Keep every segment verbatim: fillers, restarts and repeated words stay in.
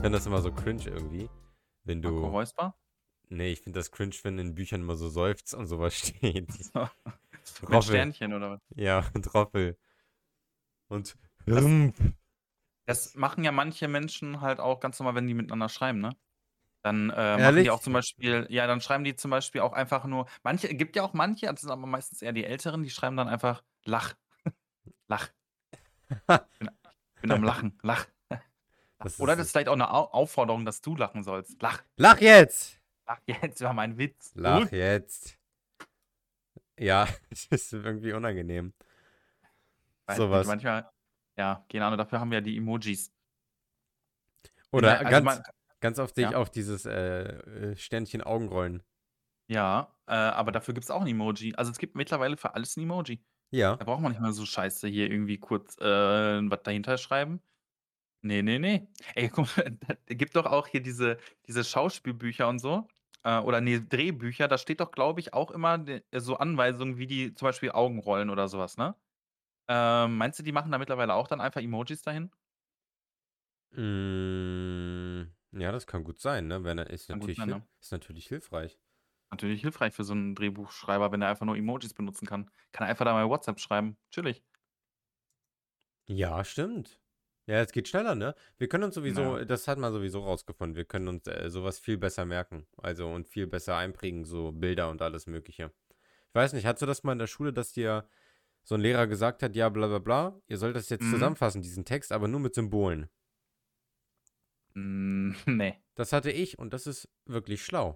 finde das immer so cringe irgendwie, wenn Marco du. Reusper? Nee, ich finde das cringe, wenn in Büchern immer so seufzt und sowas steht. So. Mit Roffel. Sternchen oder was? Ja, und Roffel. Und Das, Rumpf. das Das, machen ja manche Menschen halt auch ganz normal, wenn die miteinander schreiben, ne? Dann äh, machen die auch ehrlich? zum Beispiel, ja, dann schreiben die zum Beispiel auch einfach nur, manche, gibt ja auch manche, das sind aber meistens eher die Älteren, die schreiben dann einfach Lach, Lach, bin, bin am Lachen, Lach. Das Oder ist. das ist vielleicht auch eine Au Aufforderung, dass du lachen sollst. Lach, Lach jetzt! lach jetzt war mein Witz. Lach Gut. jetzt. Ja, das ist irgendwie unangenehm. Weiß nicht, Sowas. manchmal, ja, keine Ahnung, dafür haben wir ja die Emojis. In Oder der, also ganz, man, ganz oft sehe ich ja, auch dieses äh, äh, Sternchen Augenrollen. ja, äh, aber dafür gibt es auch ein Emoji. Also es gibt mittlerweile für alles ein Emoji. Ja. Da braucht man nicht mehr so scheiße hier irgendwie kurz äh, was dahinter schreiben. Nee, nee, nee. Ey, guck mal, da gibt doch auch hier diese diese Schauspielbücher und so, äh, oder ne, Drehbücher, da steht doch, glaube ich, auch immer de so Anweisungen, wie die zum Beispiel Augen rollen oder so was, ne? Ähm, meinst du, die machen da mittlerweile auch dann einfach Emojis dahin? Mm, ja, das kann gut sein, ne? Wenn er ist Kann gut natürlich, sein, hil- ne? ist natürlich hilfreich. Natürlich hilfreich für so 'n Drehbuchschreiber, wenn er einfach nur Emojis benutzen kann. Kann er einfach da mal WhatsApp schreiben, chillig. Ja, stimmt. Ja, es geht schneller, ne? Wir können uns Ja. sowieso, das hat man sowieso rausgefunden, wir können uns äh, sowas viel besser merken. Also und viel besser einprägen, so Bilder und alles Mögliche. Ich weiß nicht, hattest du das mal in der Schule, dass dir so ein Lehrer gesagt hat, ja, bla bla bla, ihr sollt das jetzt Mhm. zusammenfassen, diesen Text, aber nur mit Symbolen. Hm, ne. Das hatte ich und das ist wirklich schlau.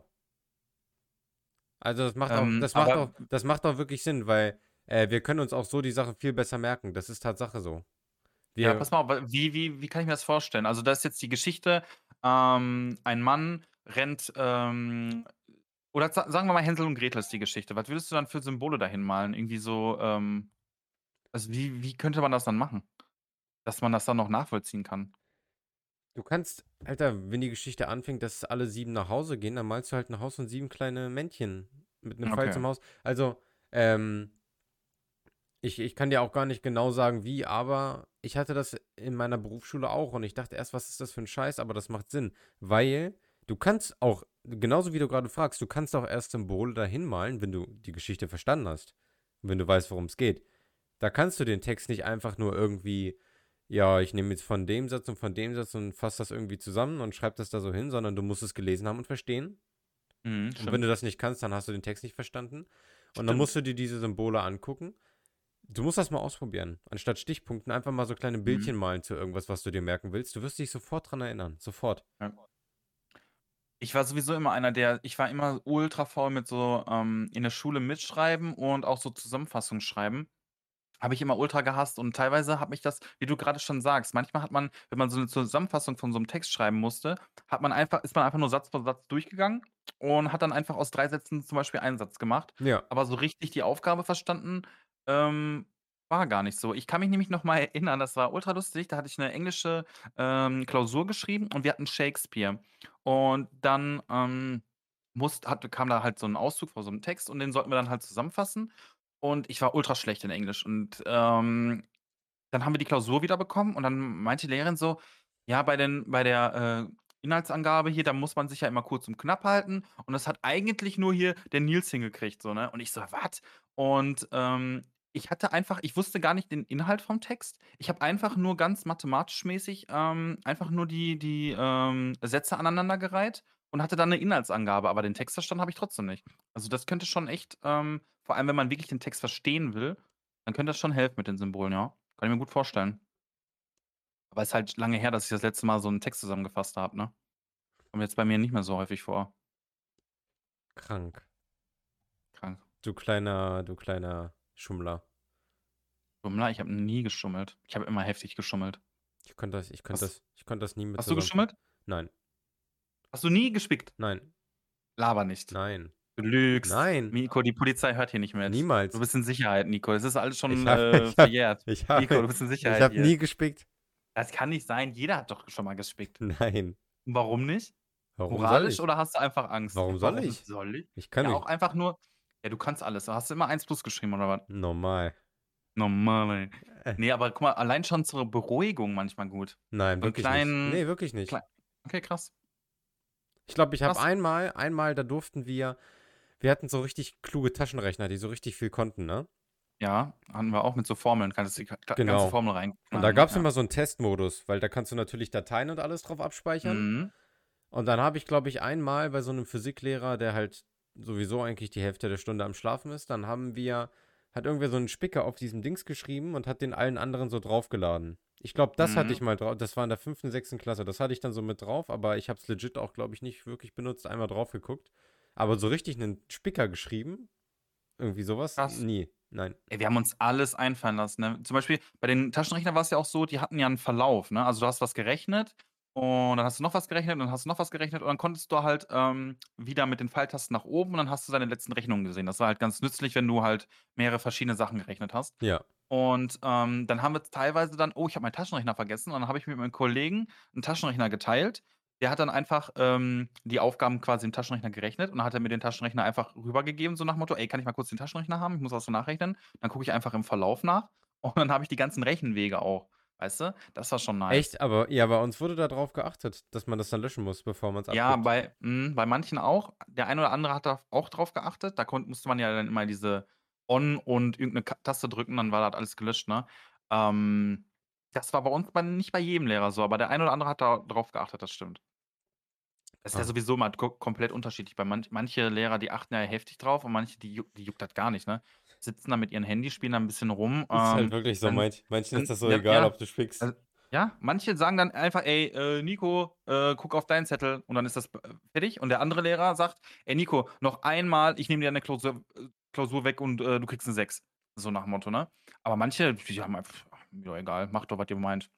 Also das macht auch, Ähm, das macht auch, aber das macht auch wirklich Sinn, weil äh, wir können uns auch so die Sachen viel besser merken. Das ist Tatsache so. ja, Wir, pass mal auf, wa wie wie wie kann ich mir das vorstellen? Also, da ist jetzt die Geschichte, ähm, ein Mann rennt, ähm oder sa sagen wir mal, Hänsel und Gretel ist die Geschichte. Was würdest du dann für Symbole dahin malen? Irgendwie so, ähm also, wie wie könnte man das dann machen, dass man das dann noch nachvollziehen kann? du kannst, Alter, wenn die Geschichte anfängt, dass alle sieben nach Hause gehen, dann malst du halt ein Haus und sieben kleine Männchen mit einem Pfeil Okay. zum Haus. Also, ähm, ich, ich kann dir auch gar nicht genau sagen, wie, aber ich hatte das in meiner Berufsschule auch und ich dachte erst, was ist das für ein Scheiß, aber das macht Sinn, weil du kannst auch, genauso wie du gerade fragst, du kannst auch erst Symbole dahin malen, wenn du die Geschichte verstanden hast, wenn du weißt, worum es geht. Da kannst du den Text nicht einfach nur irgendwie, ja, ich nehme jetzt von dem Satz und von dem Satz und fasse das irgendwie zusammen und schreibe das da so hin, sondern du musst es gelesen haben und verstehen. Mhm, Und wenn du stimmt. das nicht kannst, dann hast du den Text nicht verstanden. Und dann musst Stimmt. du dir diese Symbole angucken. Du musst das mal ausprobieren. Anstatt Stichpunkten einfach mal so kleine Mhm. Bildchen malen zu irgendwas, was du dir merken willst. Du wirst dich sofort dran erinnern. Sofort. Ja. Ich war sowieso immer einer, der ich war immer ultra faul mit so, ähm, in der Schule mitschreiben und auch so Zusammenfassungen schreiben. Habe ich immer ultra gehasst und teilweise hat mich das, wie du gerade schon sagst, manchmal hat man, wenn man so 'ne Zusammenfassung von so 'nem Text schreiben musste, hat man einfach ist man einfach nur Satz für Satz durchgegangen und hat dann einfach aus drei Sätzen zum Beispiel einen Satz gemacht. Ja. Aber so richtig die Aufgabe verstanden, ähm, war gar nicht so. Ich kann mich nämlich noch mal erinnern, das war ultra lustig, da hatte ich 'ne englische, ähm, Klausur geschrieben und wir hatten Shakespeare. Und dann, ähm, musst hatte kam da halt so 'n Auszug von so 'nem Text und den sollten wir dann halt zusammenfassen. Und ich war ultra schlecht in Englisch und, ähm, dann haben wir die Klausur wieder bekommen und dann meinte die Lehrerin so: „Ja, bei den bei der, äh, Inhaltsangabe hier, da muss man sich ja immer kurz und knapp halten und das hat eigentlich nur hier der Nils hingekriegt", so, ne? Und ich so: „Was?" Und, ähm, ich hatte einfach ich wusste gar nicht den Inhalt vom Text. Ich habe einfach nur ganz mathematisch mäßig, ähm, einfach nur die die, ähm, Sätze aneinandergereiht und hatte dann 'ne Inhaltsangabe, aber den Text verstanden habe ich trotzdem nicht. Also, das könnte schon echt, ähm vor allem, wenn man wirklich den Text verstehen will, dann könnte das schon helfen mit den Symbolen, ja. Kann ich mir gut vorstellen. Aber ist halt lange her, dass ich das letzte Mal so 'n Text zusammengefasst habe, ne? Kommt jetzt bei mir nicht mehr so häufig vor. Krank. Krank. Du kleiner, du kleiner Schummler. Bummler, ich habe nie geschummelt. Ich habe immer heftig geschummelt. Ich konnte das, ich konnte Hast das, ich konnte das nie mit hast du zusammenfassen. geschummelt? Nein. Hast du nie gespickt? Nein. Laber nicht. Nein. Du lügst. Nein. Nico, die Polizei hört hier nicht mit. Du Niemals. bist in Sicherheit, Nico. Es ist alles Ich schon, habe, äh, ich habe, verjährt. ich Nico, habe, du bist in ich Sicherheit habe hier. nie gespickt. Das kann nicht sein. Jeder hat doch schon mal gespickt. Nein. Und warum nicht? Warum soll Moralisch ich? oder hast du einfach Angst? Warum soll Warum ich? soll ich? Ich kann Ja, mich. auch einfach nur ja, du kannst alles. Hast du immer eins plus geschrieben oder was? Normal. Normal, ey. Äh, Ne, aber guck mal, allein schon zur Beruhigung manchmal gut. nein, So 'n wirklich nicht. kleinen Nee, wirklich klei nicht. Okay, krass. Ich glaube, ich habe Krass. einmal einmal, da durften wir wir hatten so richtig kluge Taschenrechner, die so richtig viel konnten, ne? Ja, hatten wir auch mit so Formeln, kannst du die ga ganze Genau. Formel Und da reinknallen, ne? gab's Ja. immer so 'n Testmodus, weil da kannst du natürlich Dateien und alles drauf abspeichern. Mhm. Und dann habe ich, glaube ich, einmal bei so 'nem Physiklehrer, der halt sowieso eigentlich die Hälfte der Stunde am Schlafen ist, dann haben wir hat irgendwer so 'n Spicker auf diesem Dings geschrieben und hat den allen anderen so draufgeladen. Ich glaube, das hatte Mhm. ich mal drau das war in der fünften, sechsten Klasse. Das hatte ich dann so mit drauf, aber ich habe es legit auch, glaube ich, nicht wirklich benutzt, einmal drauf geguckt. Aber so richtig 'nen Spicker geschrieben, irgendwie so was, Krass. nie. Nein. Ey, wir haben uns alles einfallen lassen, ne? Zum Beispiel bei den Taschenrechnern war's ja auch so, die hatten ja 'n Verlauf, ne? Also, du hast was gerechnet und dann hast du noch was gerechnet und dann hast du noch was gerechnet und dann konntest du halt, ähm, wieder mit den Pfeiltasten nach oben und dann hast du deine letzten Rechnungen gesehen. Das war halt ganz nützlich, wenn du halt mehrere verschiedene Sachen gerechnet hast. Ja. Und, ähm, dann haben wir teilweise dann: „Oh, ich habe meinen Taschenrechner vergessen." Und dann habe ich mit meinem Kollegen 'n Taschenrechner geteilt. Der hat dann einfach, ähm, die Aufgaben quasi im Taschenrechner gerechnet und dann hat er mir den Taschenrechner einfach rübergegeben, so nach Motto: „Ey, kann ich mal kurz den Taschenrechner haben? Ich muss was so nachrechnen." Dann gucke ich einfach im Verlauf nach und dann habe ich die ganzen Rechenwege auch, weißt du? Das war schon nice. Echt? Aber ja, bei uns wurde da drauf geachtet, dass man das dann löschen muss, bevor man's Ja, abgibt. bei mhm, bei manchen auch. Der eine oder andere hat da auch drauf geachtet. Da konnt musste man ja dann immer diese On und irgend 'ne Ka Taste drücken, dann war das alles gelöscht, ne? Ähm, das war bei uns bei nicht bei jedem Lehrer so, aber der eine oder andere hat da drauf geachtet, das stimmt. Das ist ja Ah. sowieso immer ko komplett unterschiedlich. Bei manch manche Lehrer, die achten ja heftig drauf und manche, die juckt die juckt das gar nicht, ne? Sitzen da mit ihren Handys, spielen da 'n bisschen rum, Ist halt ähm, wirklich so, dann manch manchen ist dann das so ja, egal, ja, ob du spickst. äh, ja, manche sagen dann einfach: „Ey, äh, Nico, äh, guck auf deinen Zettel." Und dann ist das b äh, fertig. Und der andere Lehrer sagt: „Ey Nico, noch einmal, ich nehme dir deine Klausur äh, Klausur weg und, äh, du kriegst 'ne sechs." So nach Motto, ne? Aber manche, die haben einfach: „Ach, mir doch egal, macht doch, was ihr meint."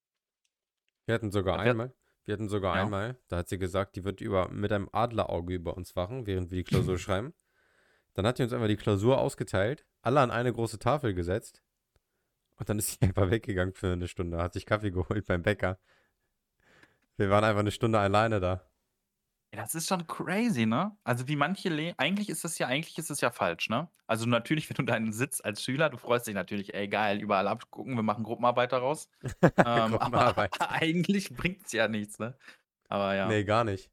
Wir hatten sogar Das wär einmal wir hatten sogar ja. einmal, da hat sie gesagt, die wird über mit einem Adlerauge über uns wachen, während wir die Klausur schreiben. Dann hat die uns einfach die Klausur ausgeteilt, alle an eine große Tafel gesetzt und dann ist sie einfach weggegangen für 'ne Stunde, hat sich Kaffee geholt beim Bäcker. Wir waren einfach 'ne Stunde alleine da. Ja, das ist schon crazy, ne? Also, wie manche Le eigentlich ist das ja eigentlich ist das ja falsch, ne? Also, natürlich, wenn du da sitzt als Schüler, du freust dich natürlich: „Ey, geil, überall abgucken, wir machen Gruppenarbeit daraus." Ähm, aber Gruppenarbeit. eigentlich bringt's ja nichts, ne? Aber ja. Ne, gar nicht.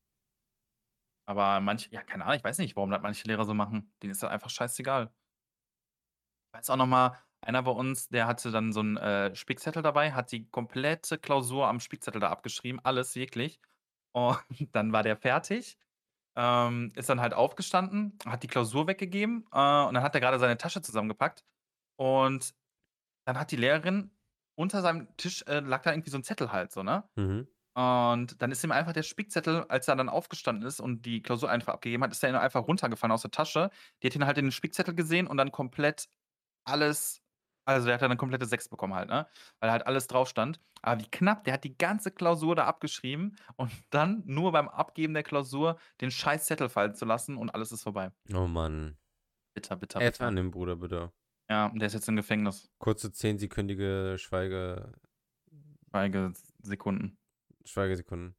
Aber manche ja, keine Ahnung, ich weiß nicht, warum das manche Lehrer so machen. Denen ist das einfach scheißegal. Weiß auch noch mal, einer bei uns, der hatte dann so 'n, äh, Spickzettel dabei, hat die komplette Klausur am Spickzettel da abgeschrieben, alles wirklich. Und dann war der fertig, ähm, ist dann halt aufgestanden, hat die Klausur weggegeben, äh, und dann hat er grade seine Tasche zusammengepackt. Und dann hat die Lehrerin unter seinem Tisch, äh, lag da irgendwie so 'n Zettel halt so, ne? Mhm. Und dann ist ihm einfach der Spickzettel, als er dann aufgestanden ist und die Klausur einfach abgegeben hat, ist der ihm einfach runtergefallen aus der Tasche. Die hat ihn halt in den Spickzettel gesehen und dann komplett alles also, der hat dann 'ne komplette sechs bekommen halt, ne? Weil halt alles drauf stand. Aber wie knapp, der hat die ganze Klausur da abgeschrieben und dann nur beim Abgeben der Klausur den scheiß Zettel fallen zu lassen und alles ist vorbei. Oh Mann. Bitter, bitter, Ed bitter. an den Bruder, bitte. Ja, und der ist jetzt im Gefängnis. Kurze zehnsekündige Schweige Sekunden. Schweigesekunden.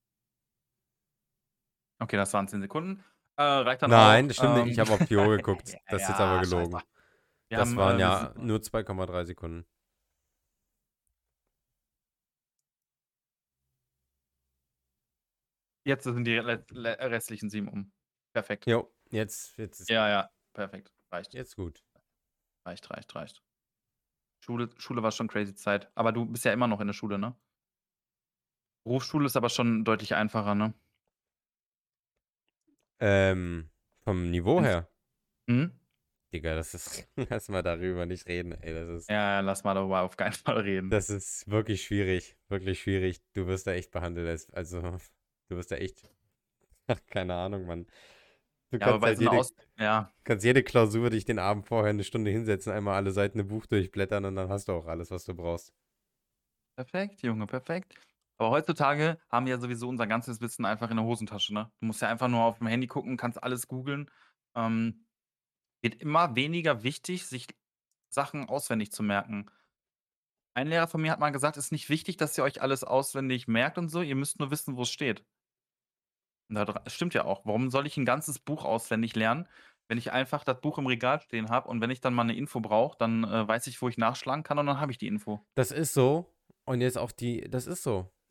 Okay, das waren zehn Sekunden. Äh, reicht dann Nein, auch, das stimmt nicht. Ich ähm habe auf die Uhr geguckt. Das ist jetzt aber ja, scheiß gelogen. drauf. Wir Das haben, waren äh wir ja sind nur zwei Komma drei Sekunden. Jetzt sind die le le restlichen sieben um. Perfekt. Jo, jetzt jetzt ist Ja, ja, perfekt. Reicht. jetzt gut. Reicht, reicht, reicht. Schule Schule war schon crazy Zeit. Aber du bist ja immer noch in der Schule, ne? Berufsschule ist aber schon deutlich einfacher, ne? Ähm, vom Niveau Findest her? mhm. Digga, das ist lass mal darüber nicht reden, ey. Das ist Ja, ja, lass mal darüber auf keinen Fall reden. das ist wirklich schwierig, wirklich schwierig. Du wirst da echt behandelt als also, du wirst da echt ach, keine Ahnung, Mann. Du Ja, aber kannst bei halt so 'ner jede Aus ja. kannst jede Klausur dich den Abend vorher 'ne Stunde hinsetzen, einmal alle Seiten im Buch durchblättern und dann hast du auch alles, was du brauchst. Perfekt, Junge, perfekt. Aber heutzutage haben wir ja sowieso unser ganzes Wissen einfach in der Hosentasche, ne? Du musst ja einfach nur aufm Handy gucken, kannst alles googeln. Ähm, wird immer weniger wichtig, sich Sachen auswendig zu merken. Ein Lehrer von mir hat mal gesagt: „Ist nicht wichtig, dass ihr euch alles auswendig merkt und so, ihr müsst nur wissen, wo's steht." Na, dra stimmt ja auch. Warum soll ich 'n ganzes Buch auswendig lernen, wenn ich einfach das Buch im Regal stehen habe und wenn ich dann mal 'ne Info brauche, dann, äh, weiß ich, wo ich nachschlagen kann und dann habe ich die Info. Das ist so. Und jetzt auch die das ist so.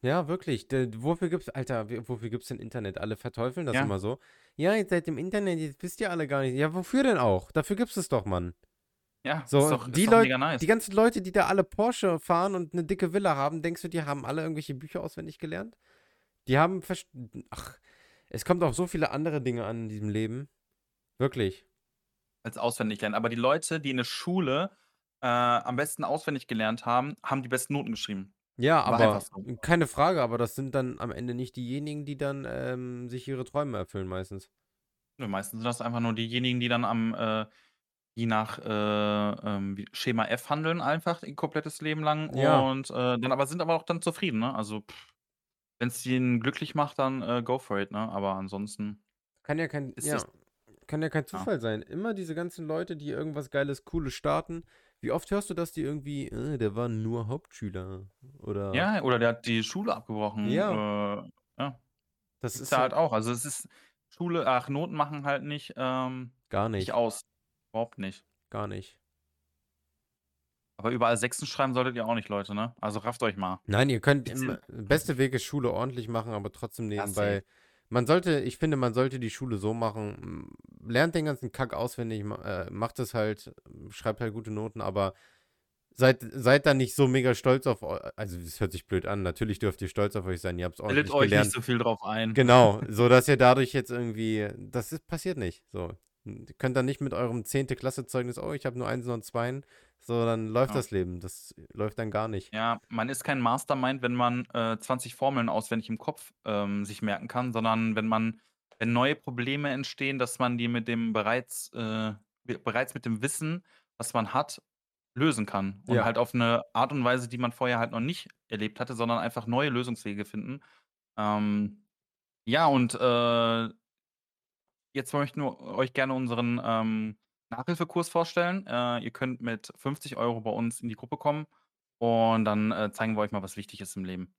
Ja, wirklich. D wofür gibt's Alter, w wofür gibt's denn Internet? Alle verteufeln das Ja, immer so. „Ja, jetzt seid im Internet, jetzt wisst ihr alle gar nicht.“ Ja, wofür denn auch? Dafür gibt's es doch, Mann. ja, ist So, doch die ist doch Leute mega nice. die ganzen Leute, die da alle Porsche fahren und 'ne dicke Villa haben, denkst du, die haben alle irgendwelche Bücher auswendig gelernt? Die haben verst ach, es kommt auf so viele andere Dinge an in diesem Leben. Wirklich. Als auswendig lernen. Aber die Leute, die in der Schule, äh, am besten auswendig gelernt haben, haben die besten Noten geschrieben. Ja, War einfach aber so. keine Frage, aber das sind dann am Ende nicht diejenigen, die dann, ähm, sich ihre Träume erfüllen meistens. Ne, meistens sind das einfach nur diejenigen, die dann am, äh die nach, äh, ähm, wie Schema F handeln einfach ihr komplettes Leben lang Ja, und, äh, dann aber sind aber auch dann zufrieden, ne? Also, wenn es ihn glücklich macht, dann, äh, go for it, ne? Aber ansonsten kann ja kein ist es ja, kann ja kein ja. Zufall sein. Immer diese ganzen Leute, die irgendwas Geiles, Cooles starten. Wie oft hörst du, dass die irgendwie: „Äh, der war nur Hauptschüler“ oder Ja, oder der hat die Schule abgebrochen, ja, äh, ja, das gibt's ist ja ja halt auch. Also, es ist Schule ach, Noten machen halt nicht, ähm gar nicht nicht, aus. Überhaupt nicht. gar nicht. Aber überall Sechsen schreiben solltet ihr auch nicht, Leute, ne? Also, rafft euch mal. Nein, ihr könnt Bisschen im beste Weg ist Schule ordentlich machen, aber trotzdem ja, safe. nebenbei man sollte ich finde, man sollte die Schule so machen, hm, lernt den ganzen Kack auswendig, ma äh, macht es halt, schreibt halt gute Noten, aber seid seid da nicht so mega stolz auf eu also, das hört sich blöd an. Natürlich dürft ihr stolz auf euch sein, ihr habt's Bildet ordentlich euch nicht gelernt. so viel drauf ein. Genau, so dass ihr dadurch jetzt irgendwie das ist passiert nicht, so. Hm, ihr könnt dann nicht mit eurem zehnte Klasse-Zeugnis: „Oh, ich habe nur Einsen und Zweien“, so, dann läuft Ja. das Leben. Das läuft dann gar nicht. Ja, man ist kein Mastermind, wenn man, äh, zwanzig Formeln auswendig im Kopf, ähm, sich merken kann, sondern wenn man wenn neue Probleme entstehen, dass man die mit dem bereits äh, be bereits mit dem Wissen, was man hat, lösen kann und Ja. halt auf 'ne Art und Weise, die man vorher halt noch nicht erlebt hatte, sondern einfach neue Lösungswege finden. Ähm, ja, und, äh jetzt möchten wir euch gerne unseren, ähm, Nachhilfekurs vorstellen. Äh, ihr könnt mit fünfzig Euro bei uns in die Gruppe kommen und dann, äh, zeigen wir euch mal, was wichtig ist im Leben.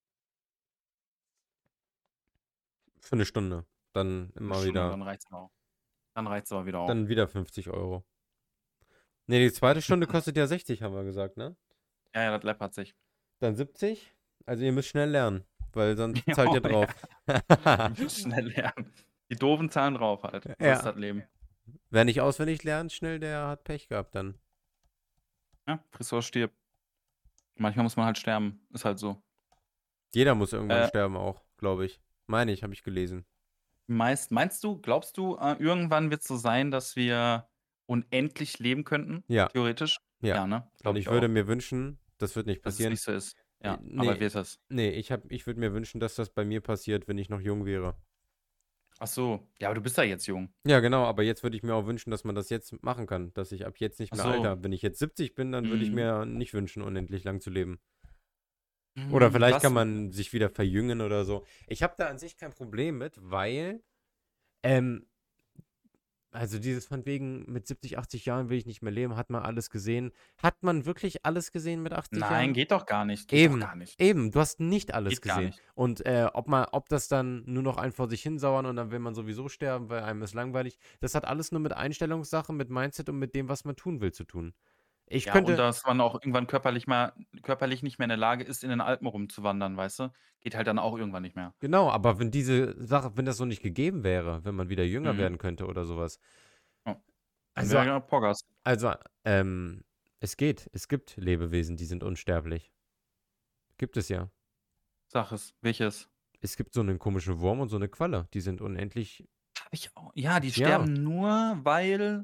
Für 'ne Stunde. Dann Eine immer Stunde und wieder dann reicht's auch. Dann reicht's aber wieder auch. dann wieder fünfzig Euro. Ne, die zweite Stunde kostet ja sechzig, haben wir gesagt, ne? Ja, ja, das läppert sich. Dann siebzig. Also, ihr müsst schnell lernen, weil sonst zahlt Oh ihr ja, drauf. ihr müsst schnell lernen. Die Doofen zahlen drauf halt. So ist Ja. das Leben. Wer nicht auswendig lernt schnell, der hat Pech gehabt dann. Ja, friss oder stirb. Manchmal muss man halt sterben. Ist halt so. Jeder muss irgendwann Äh, sterben auch, glaube ich. Meine ich, habe ich gelesen. meist meinst du glaubst du, äh, irgendwann wird's so sein, dass wir unendlich leben könnten, Ja, theoretisch? ja. Ja, ne? Und Glaube ich ich würde auch. mir wünschen, das wird nicht Dass es passieren. nicht so ist. Äh, Ja, aber ne, wird es. ne, ich habe ich würde mir wünschen, dass das bei mir passiert, wenn ich noch jung wäre. Ach so. Ja, aber du bist ja jetzt jung. Ja, genau, aber jetzt würde ich mir auch wünschen, dass man das jetzt machen kann, dass ich ab jetzt nicht Ach mehr alt so. habe. Wenn ich jetzt siebzig bin, dann würde ich Mhm. mir nicht wünschen, unendlich lang zu leben. Oder Hm, vielleicht kann was man sich wieder verjüngen oder so. Ich habe da an sich kein Problem mit, weil, ähm, also dieses von wegen mit siebzig, achtzig Jahren will ich nicht mehr leben, hat man alles gesehen. Hat man wirklich alles gesehen mit achtzig nein, Jahren? geht doch gar nicht. Geht doch Eben, gar nicht. eben, du hast nicht alles Geht gar gesehen. nicht. Und äh, ob man, ob das dann nur noch ein vor sich hinsauern und dann will man sowieso sterben, weil einem ist langweilig, das hat alles nur mit Einstellungssache, mit Mindset und mit dem, was man tun will, zu tun. Ich Ja, und könnte, dass man auch irgendwann körperlich mal körperlich nicht mehr in der Lage ist, in den Alpen rumzuwandern, weißt du? Geht halt dann auch irgendwann nicht mehr. genau, aber wenn diese Sache, wenn das so nicht gegeben wäre, wenn man wieder jünger Mhm. werden könnte oder sowas. Ja. Dann Also, wäre ja Poggers. also, ähm, es geht. Es gibt Lebewesen, die sind unsterblich. Gibt es ja. Sag es. Welches? Es gibt so einen komischen Wurm und so eine Qualle. Die sind unendlich. Habe ich auch ja, die Ja. sterben nur, weil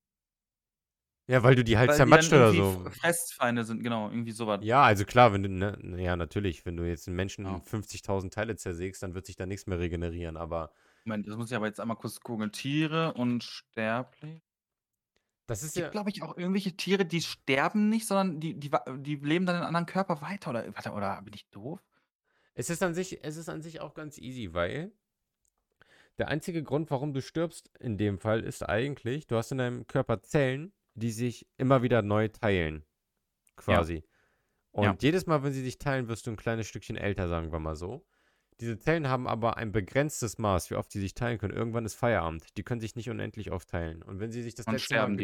Ja, weil du die halt weil die dann zermatscht oder irgendwie F so. Fressfeinde sind, genau, irgendwie so was. Ja, also klar, wenn du, ne, ja, natürlich, wenn du jetzt einen Menschen in Ja. fünfzigtausend Teile zersägst, dann wird sich da nichts mehr regenerieren, aber Moment, das muss ich aber jetzt einmal kurz googeln. Tiere unsterblich. das Es ist gibt, ja, glaube ich, auch irgendwelche Tiere, die sterben nicht, sondern die die wa die leben dann in 'nem anderen Körper weiter oder warte, oder bin ich doof? es ist an sich, es ist an sich auch ganz easy, weil der einzige Grund, warum du stirbst in dem Fall, ist eigentlich, du hast in deinem Körper Zellen, die sich immer wieder neu teilen, Ja, quasi. ja, Und jedes Mal, wenn sie sich teilen, wirst du ein kleines Stückchen älter, sagen wir mal so. Diese Zellen haben aber ein begrenztes Maß, wie oft sie sich teilen können. Irgendwann ist Feierabend. Die können sich nicht unendlich oft teilen. Und wenn sie sich das dann letzte Mal, sterben ge die.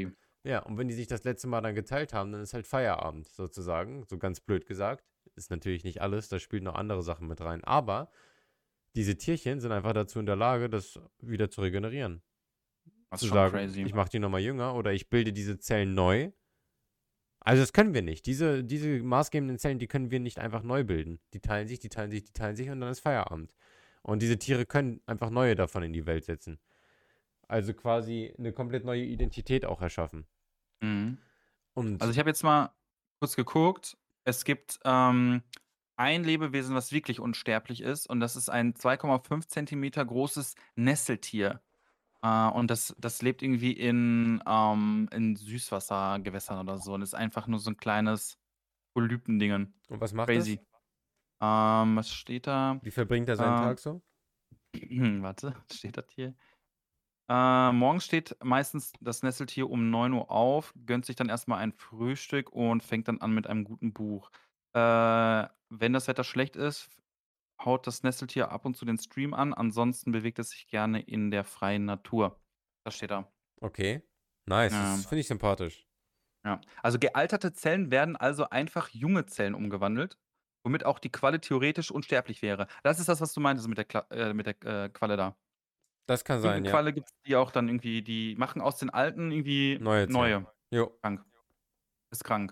Ja, und wenn die sich das letzte Mal dann geteilt haben, dann ist halt Feierabend sozusagen, so ganz blöd gesagt. Ist natürlich nicht alles, da spielen noch andere Sachen mit rein. Aber diese Tierchen sind einfach dazu in der Lage, das wieder zu regenerieren. Das ist Zu schon sagen, crazy. ich mache die nochmal jünger oder ich bilde diese Zellen neu. Also das können wir nicht. Diese, diese maßgebenden Zellen, die können wir nicht einfach neu bilden. Die teilen sich, die teilen sich, die teilen sich und dann ist Feierabend. Und diese Tiere können einfach neue davon in die Welt setzen. Also quasi eine komplett neue Identität auch erschaffen. Mhm. Also Und ich habe jetzt mal kurz geguckt. Es gibt ähm, ein Lebewesen, was wirklich unsterblich ist, und das ist ein zwei Komma fünf Zentimeter großes Nesseltier. Äh, und das, das lebt irgendwie in, ähm, in Süßwassergewässern oder so und ist einfach nur so ein kleines Polypendingen. Und was macht das? Crazy. Ähm, was steht da? Wie verbringt er seinen Ähm, Tag so? warte, was steht das hier? Äh, morgens steht meistens das Nesseltier um neun Uhr auf, gönnt sich dann erstmal ein Frühstück und fängt dann an mit einem guten Buch. Äh, wenn das Wetter schlecht ist, haut das Nesseltier ab und zu den Stream an, ansonsten bewegt es sich gerne in der freien Natur. Das steht da. Okay. Nice, das Ähm, finde ich sympathisch. ja. Also gealterte Zellen werden also einfach junge Zellen umgewandelt, womit auch die Qualle theoretisch unsterblich wäre. Das ist das, was du meintest mit der, Kla äh, mit der äh, Qualle da. Das kann sein, ja. Qualle gibt's, die auch dann irgendwie, die machen aus den alten irgendwie Neue Zellen. neue. Jo. Krank. Ist krank.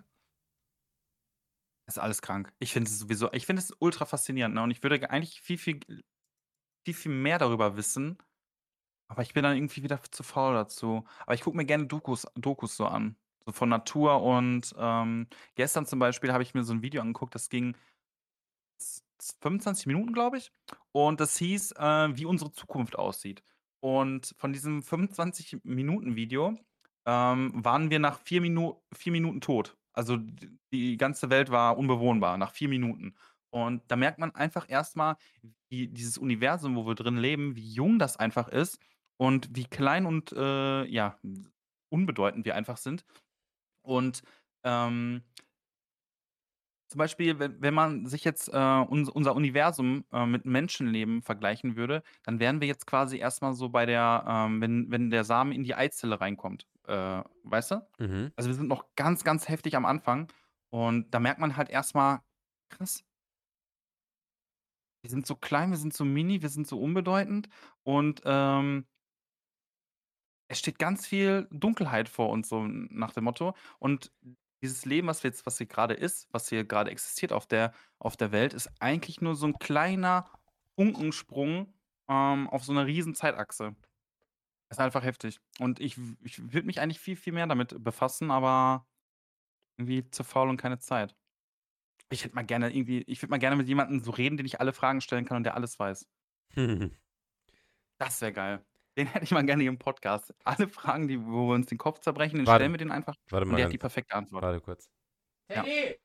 Ist alles krank. Ich finde es sowieso, ich finde es ultra faszinierend, ne? Und ich würde eigentlich viel, viel, viel, viel mehr darüber wissen, aber ich bin dann irgendwie wieder zu faul dazu. Aber ich gucke mir gerne Dokus, Dokus so an. So von Natur und ähm, gestern zum Beispiel habe ich mir so ein Video angeguckt, das ging z- fünfundzwanzig Minuten, glaube ich. Und das hieß, äh, wie unsere Zukunft aussieht. Und von diesem fünfundzwanzig Minuten Video ähm, waren wir nach vier, Minu vier Minuten tot. Also d- die ganze Welt war unbewohnbar nach vier Minuten. Und da merkt man einfach erstmal, wie dieses Universum, wo wir drin leben, wie jung das einfach ist und wie klein und äh, ja, unbedeutend wir einfach sind. Und ähm, zum Beispiel, wenn wenn man sich jetzt, äh, uns unser Universum, äh, mit Menschenleben vergleichen würde, dann wären wir jetzt quasi erst mal so bei der ähm, wenn wenn der Samen in die Eizelle reinkommt, äh, weißt du? Mhm. Also, wir sind noch ganz, ganz heftig am Anfang und da merkt man halt erst mal: „Krass, wir sind so klein, wir sind so mini, wir sind so unbedeutend und, ähm, es steht ganz viel Dunkelheit vor uns“, so nach dem Motto. Und dieses Leben, was wir jetzt was hier grade ist, was hier grade existiert auf der auf der Welt, ist eigentlich nur so 'n kleiner Funkensprung, ähm, auf so 'ner riesen Zeitachse. Ist einfach heftig. Und ich w ich würde mich eigentlich viel, viel mehr damit befassen, aber irgendwie zu faul und keine Zeit. Ich hätte mal gerne irgendwie ich würde mal gerne mit jemandem so reden, den ich alle Fragen stellen kann und der alles weiß. Das wäre geil. Den hätte ich mal gerne hier im Podcast. Alle Fragen, die wo wir uns den Kopf zerbrechen, den stellen Warte, wir den einfach warte und mal der hat die ganz, perfekte Antwort. warte kurz. Ja. Teddy!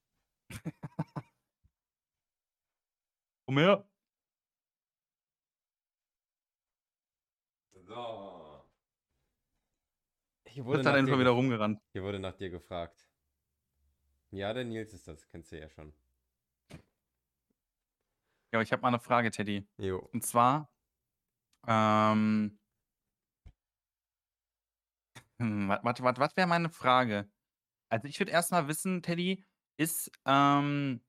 Komm her. So. Hier wurde Ist er nach denn dir schon wieder gef rumgerannt? hier wurde nach dir gefragt. Ja, der Nils ist das, kennst du ja schon. Ja, ich habe mal 'ne Frage, Teddy. Jo. Und zwar, ähm, hm, wa warte, warte, was wäre meine Frage? Also, ich würde erst mal wissen, Teddy, ist, ähm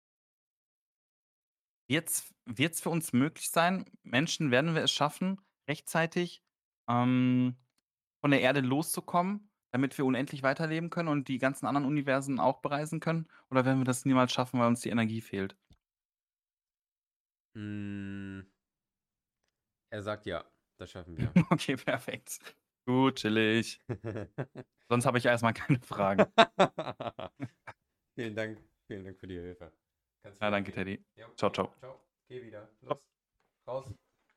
wird's wird's für uns möglich sein, Menschen, werden wir es schaffen, rechtzeitig, ähm, von der Erde loszukommen, damit wir unendlich weiterleben können und die ganzen anderen Universen auch bereisen können? Oder werden wir das niemals schaffen, weil uns die Energie fehlt? Hm, er sagt ja, das schaffen wir. Okay, perfekt. Gut, chillig. Sonst habe ich erst mal keine Fragen. Vielen Dank, vielen Dank für die Hilfe. Kannst Ja, wieder danke, gehen. Teddy. Jo, Ciao, geh. ciao. Ciao. Geh wieder. Ciao. Los. Raus.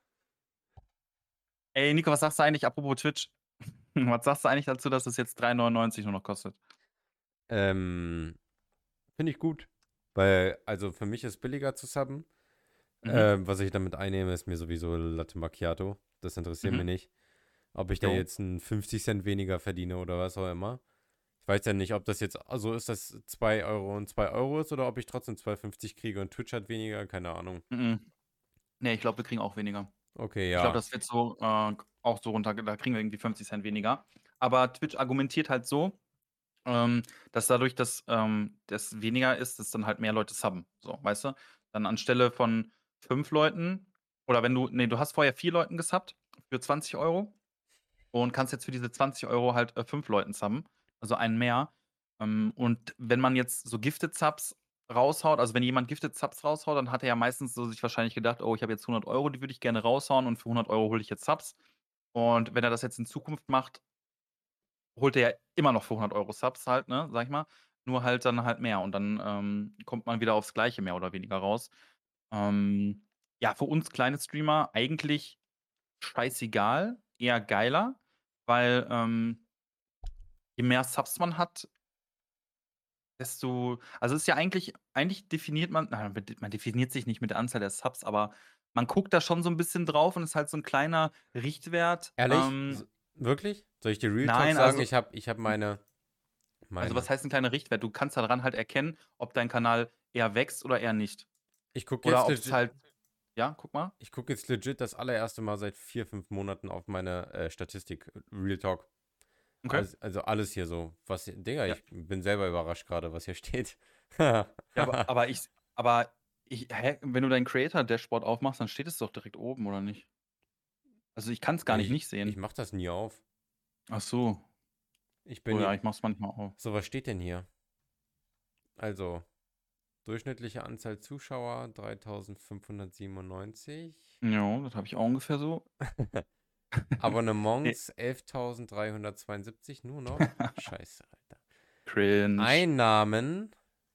Ey, Nico, was sagst du eigentlich apropos Twitch? Was sagst du eigentlich dazu, dass es jetzt drei neunundneunzig nur noch kostet? Ähm, finde ich gut. Weil, also für mich ist billiger zu subben. Mhm, Ähm, was ich damit einnehme, ist mir sowieso Latte Macchiato. Das interessiert mich mhm. nicht. Ob ich da Jo. jetzt einen fünfzig Cent weniger verdiene oder was auch immer. Ich weiß ja nicht, ob das jetzt, also ist das zwei Euro und zwei Euro ist oder ob ich trotzdem zwei fünfzig kriege und Twitch hat weniger, keine Ahnung. Mhm. Ne, ich glaube, wir kriegen auch weniger. Okay, Ich glaube, ja. das wird so, äh, auch so runter da kriegen wir irgendwie fünfzig Cent weniger. aber Twitch argumentiert halt so, ähm, dass dadurch, dass, ähm, das weniger ist, dass dann halt mehr Leute subben, so, weißt du? Dann anstelle von fünf Leuten oder wenn du ne, du hast vorher vier Leuten gesubbt für zwanzig Euro und kannst jetzt für diese zwanzig Euro halt, äh, fünf Leuten subben, also einen mehr. Ähm, und wenn man jetzt so Gifted Subs raushaut also, wenn jemand Gifted Subs raushaut, dann hat er ja meistens so sich wahrscheinlich gedacht: „Oh, ich habe jetzt hundert Euro, die würde ich gerne raushauen und für hundert Euro hole ich jetzt Subs.“ Und wenn er das jetzt in Zukunft macht, holt er ja immer noch für hundert Euro Subs halt, ne, sage ich mal, nur halt dann halt mehr und dann, ähm, kommt man wieder aufs Gleiche mehr oder weniger raus. Ähm, ja, für uns kleine Streamer eigentlich scheißegal, eher geiler, weil, ähm, je mehr Subs man hat, desto also, ist ja eigentlich eigentlich definiert man na, man man definiert sich nicht mit der Anzahl der Subs, aber man guckt da schon so 'n bisschen drauf und ist halt so 'n kleiner Richtwert. Ehrlich? Ähm, S Wirklich? Soll ich dir Real Talk nein, sagen? also Ich habe ich habe meine also, was meine heißt 'n kleiner Richtwert? Du kannst daran halt erkennen, ob dein Kanal eher wächst oder eher nicht. ich gucke Oder jetzt ob's legit halt ja, guck mal. ich gucke jetzt legit das allererste Mal seit vier fünf Monaten auf meine, äh, Statistik, Real Talk. Okay. Als also, alles hier so, was Digga, Ja. ich bin selber überrascht grade, was hier steht. Ja, aber aber ich aber ich hä, wenn du dein Creator-Dashboard aufmachst, dann steht es doch direkt oben, oder nicht? Also, ich kann's gar Ja, nicht ich nicht ich sehen. mache das nie auf. Ach so. Ich Oh bin ja, hier ich mach's manchmal auf. so, was steht denn hier? Also, durchschnittliche Anzahl Zuschauer dreitausendfünfhundertsiebenundneunzig. Ja, das habe ich auch ungefähr so. Ne, Abonnements elftausenddreihundertzweiundsiebzig nur noch. Scheiße, Alter. cringe. Einnahmen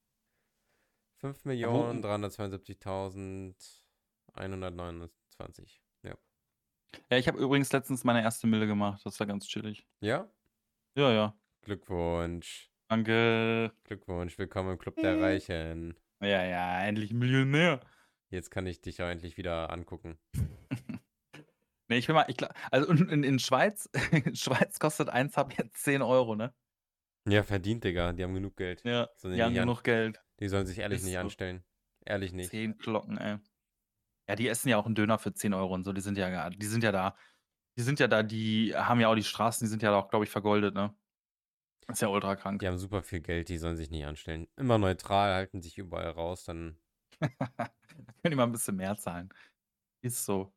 Ja, wo fünf Millionen dreihundertzweiundsiebzigtausendeinhundertneunundzwanzig. Ja. ja, ich habe übrigens letztens meine erste Mille gemacht. Das war ganz chillig. Ja? Ja, ja. Glückwunsch. Danke. Glückwunsch. Willkommen im Club der Reichen. Ja, ja, endlich Millionär. Jetzt kann ich dich ja endlich wieder angucken. Ne, ich will mal ich gla also in in in Schweiz in Schweiz kostet ein Sub jetzt zehn Euro, ne? Ja, verdient, Digga. Die haben genug Geld. Ja, Sollen die die haben nicht an genug Geld. die sollen sich ehrlich Ist nicht so. anstellen. Ehrlich nicht. zehn Glocken, ey. Ja, die essen ja auch 'n Döner für zehn Euro und so. Die sind ja ga die sind ja da die sind ja da die haben ja auch die Straßen, die sind ja auch, glaube ich, vergoldet, ne? Ist ja ultra Die krank. haben super viel Geld, die sollen sich nicht anstellen. Immer neutral, halten sich überall raus, dann Können die mal 'n bisschen mehr zahlen. Ist so.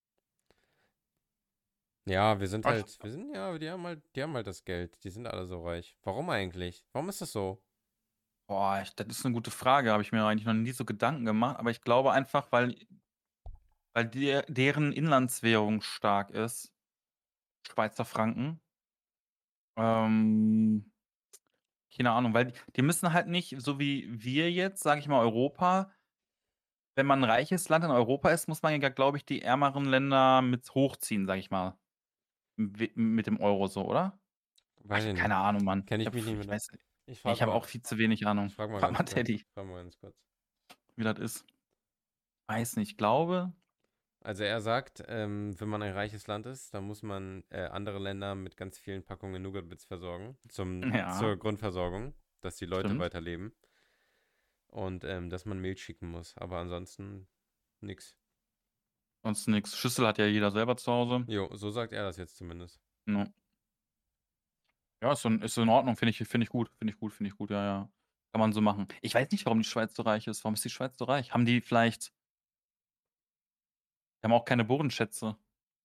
ja, wir sind Ach, halt wir sind ja, die haben halt die haben halt das Geld. Die sind alle so reich. Warum eigentlich? Warum ist das so? boah, ich das ist 'ne gute Frage, habe ich mir eigentlich noch nie so Gedanken gemacht, aber ich glaube einfach, weil weil der deren Inlandswährung stark ist, Schweizer Franken. Ähm, keine Ahnung, weil die die müssen halt nicht so wie wir jetzt, sage ich mal, Europa wenn man 'n reiches Land in Europa ist, muss man ja, glaube ich, die ärmeren Länder mit hochziehen, sage ich mal, w mit dem Euro so, oder? Ah, Weiß ich ich habe nicht. keine Ahnung, Mann. Kenne Ich ich habe mich nicht ich mit weiß ich ne, ich frage habe mal auch viel zu wenig ich Ahnung. frage mal Frag ganz mal kurz. Teddy, Ich frage mal ganz kurz. wie das ist. Weiß nicht, ich glaube Also, er sagt, ähm, wenn man ein reiches Land ist, dann muss man, äh, andere Länder mit ganz vielen Packungen Nougatbits versorgen, zum ja, zur Grundversorgung, dass die Leute stimmt. weiterleben und, ähm, dass man Milch schicken muss, aber ansonsten nix. Sonst nix. Schüssel hat ja jeder selber zu Hause. Jo, so sagt er das jetzt zumindest. Ja. Ja, ist in ist in Ordnung, finde ich finde ich gut finde ich gut finde ich gut, ja, ja. Kann man so machen. Ich weiß nicht, warum die Schweiz so reich ist. Warum ist die Schweiz so reich? Haben die vielleicht die haben auch keine Bodenschätze.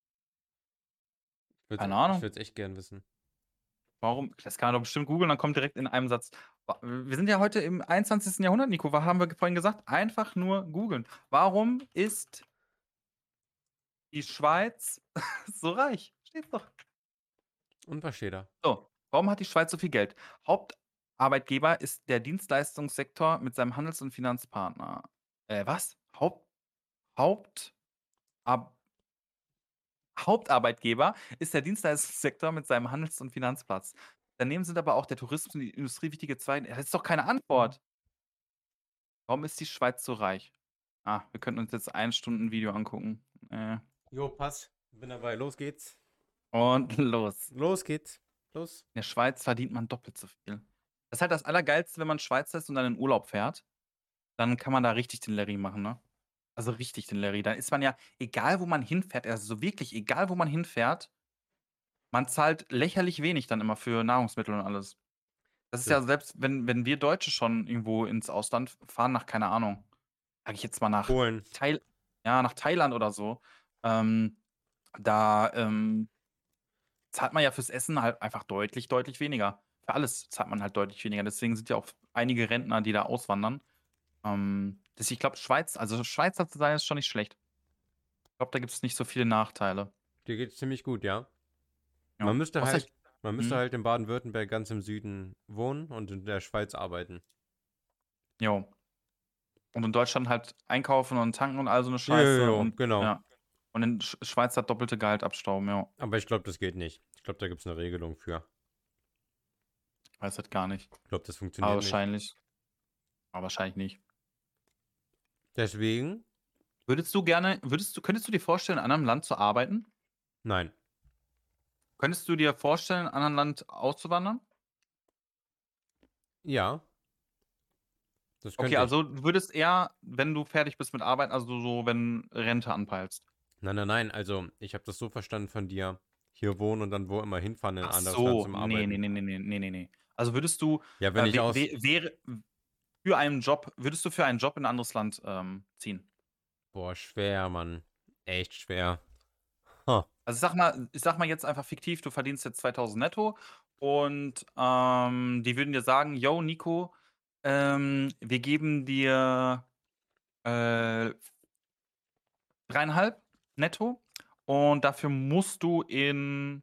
Ich würde Keine ich Ahnung. würde es echt gern wissen. Warum? Das kann man doch bestimmt googeln, dann kommt direkt in einem Satz wa wir sind ja heute im einundzwanzigsten. Jahrhundert, Nico. Was haben wir vorhin gesagt? Einfach nur googeln. Warum ist die Schweiz so reich? Steht's doch. Und was steht da? So, warum hat die Schweiz so viel Geld? Hauptarbeitgeber ist der Dienstleistungssektor mit seinem Handels und Finanzpartner. Äh, was? Haupt Haupt ab Hauptarbeitgeber ist der Dienstleistungssektor mit seinem Handels und Finanzplatz. Daneben sind aber auch der Tourismus und die Industrie wichtige Zweige. Das ist doch keine Antwort. Warum ist die Schweiz so reich? Ah, wir könnten uns jetzt ein Stunden Video angucken. Äh, Jo, pass. Bin dabei. Los geht's. und los. Los geht's. Los. In der Schweiz verdient man doppelt so viel. Das ist halt das Allergeilste, wenn man Schweizer ist und dann in Urlaub fährt, dann kann man da richtig den Larry machen, ne? Also, richtig den Larry. Da ist man ja egal, wo man hinfährt, also, so wirklich egal, wo man hinfährt Man zahlt lächerlich wenig dann immer für Nahrungsmittel und alles. Das ist Das ja selbst wenn wenn wir Deutsche schon irgendwo ins Ausland fahren nach, keine Ahnung, sage ich jetzt mal nach Polen. Thail ja, nach Thailand oder so, ähm, da, ähm, zahlt man ja fürs Essen halt einfach deutlich, deutlich weniger. Für alles zahlt man halt deutlich weniger. Deswegen sind ja auch einige Rentner, die da auswandern. Ähm, das ich glaube, Schweiz also Schweizer zu sein, ist schon nicht schlecht. Ich glaube, da gibt's nicht so viele Nachteile. Dir geht's ziemlich gut, ja? Man Ja. müsste Außer halt ich man müsste mhm, halt in Baden-Württemberg ganz im Süden wohnen und in der Schweiz arbeiten. jo. Und in Deutschland halt einkaufen und tanken und all so 'ne Jo, jo, Scheiße jo, und genau. ja. Und in Sch Schweiz das doppelte Gehalt abstauben, ja. Aber ich glaube, das geht nicht. Ich glaube, da gibt's 'ne Regelung für. Weiß das gar nicht. Ich glaube, das Aber funktioniert nicht. wahrscheinlich aber wahrscheinlich nicht. Deswegen? Würdest du gerne würdest du könntest du dir vorstellen, in einem anderen Land zu arbeiten? Nein. Könntest du dir vorstellen, in 'n anderen Land auszuwandern? Ja, das Okay, könnte ich. also du würdest eher, wenn du fertig bist mit Arbeiten, also so, wenn Rente anpeilst? Nein, nein, nein. Also, ich habe das so verstanden von dir, hier wohnen und dann wo immer hinfahren in ein Ach anderes Land so, zum ne, ne, Arbeiten. ne, ne, ne, ne, ne, ne. Also würdest du, Ja, wenn äh, ich wä aus wä wäre für einen Job würdest du für einen Job in 'n anderes Land, ähm, ziehen? boah, schwer, Mann. Echt schwer. Ha. Also, ich sage mal ich sage mal jetzt einfach fiktiv, du verdienst jetzt zweitausend netto und, ähm, die würden dir sagen: „Jo, Nico, ähm, wir geben dir, äh, dreieinhalb netto und dafür musst du in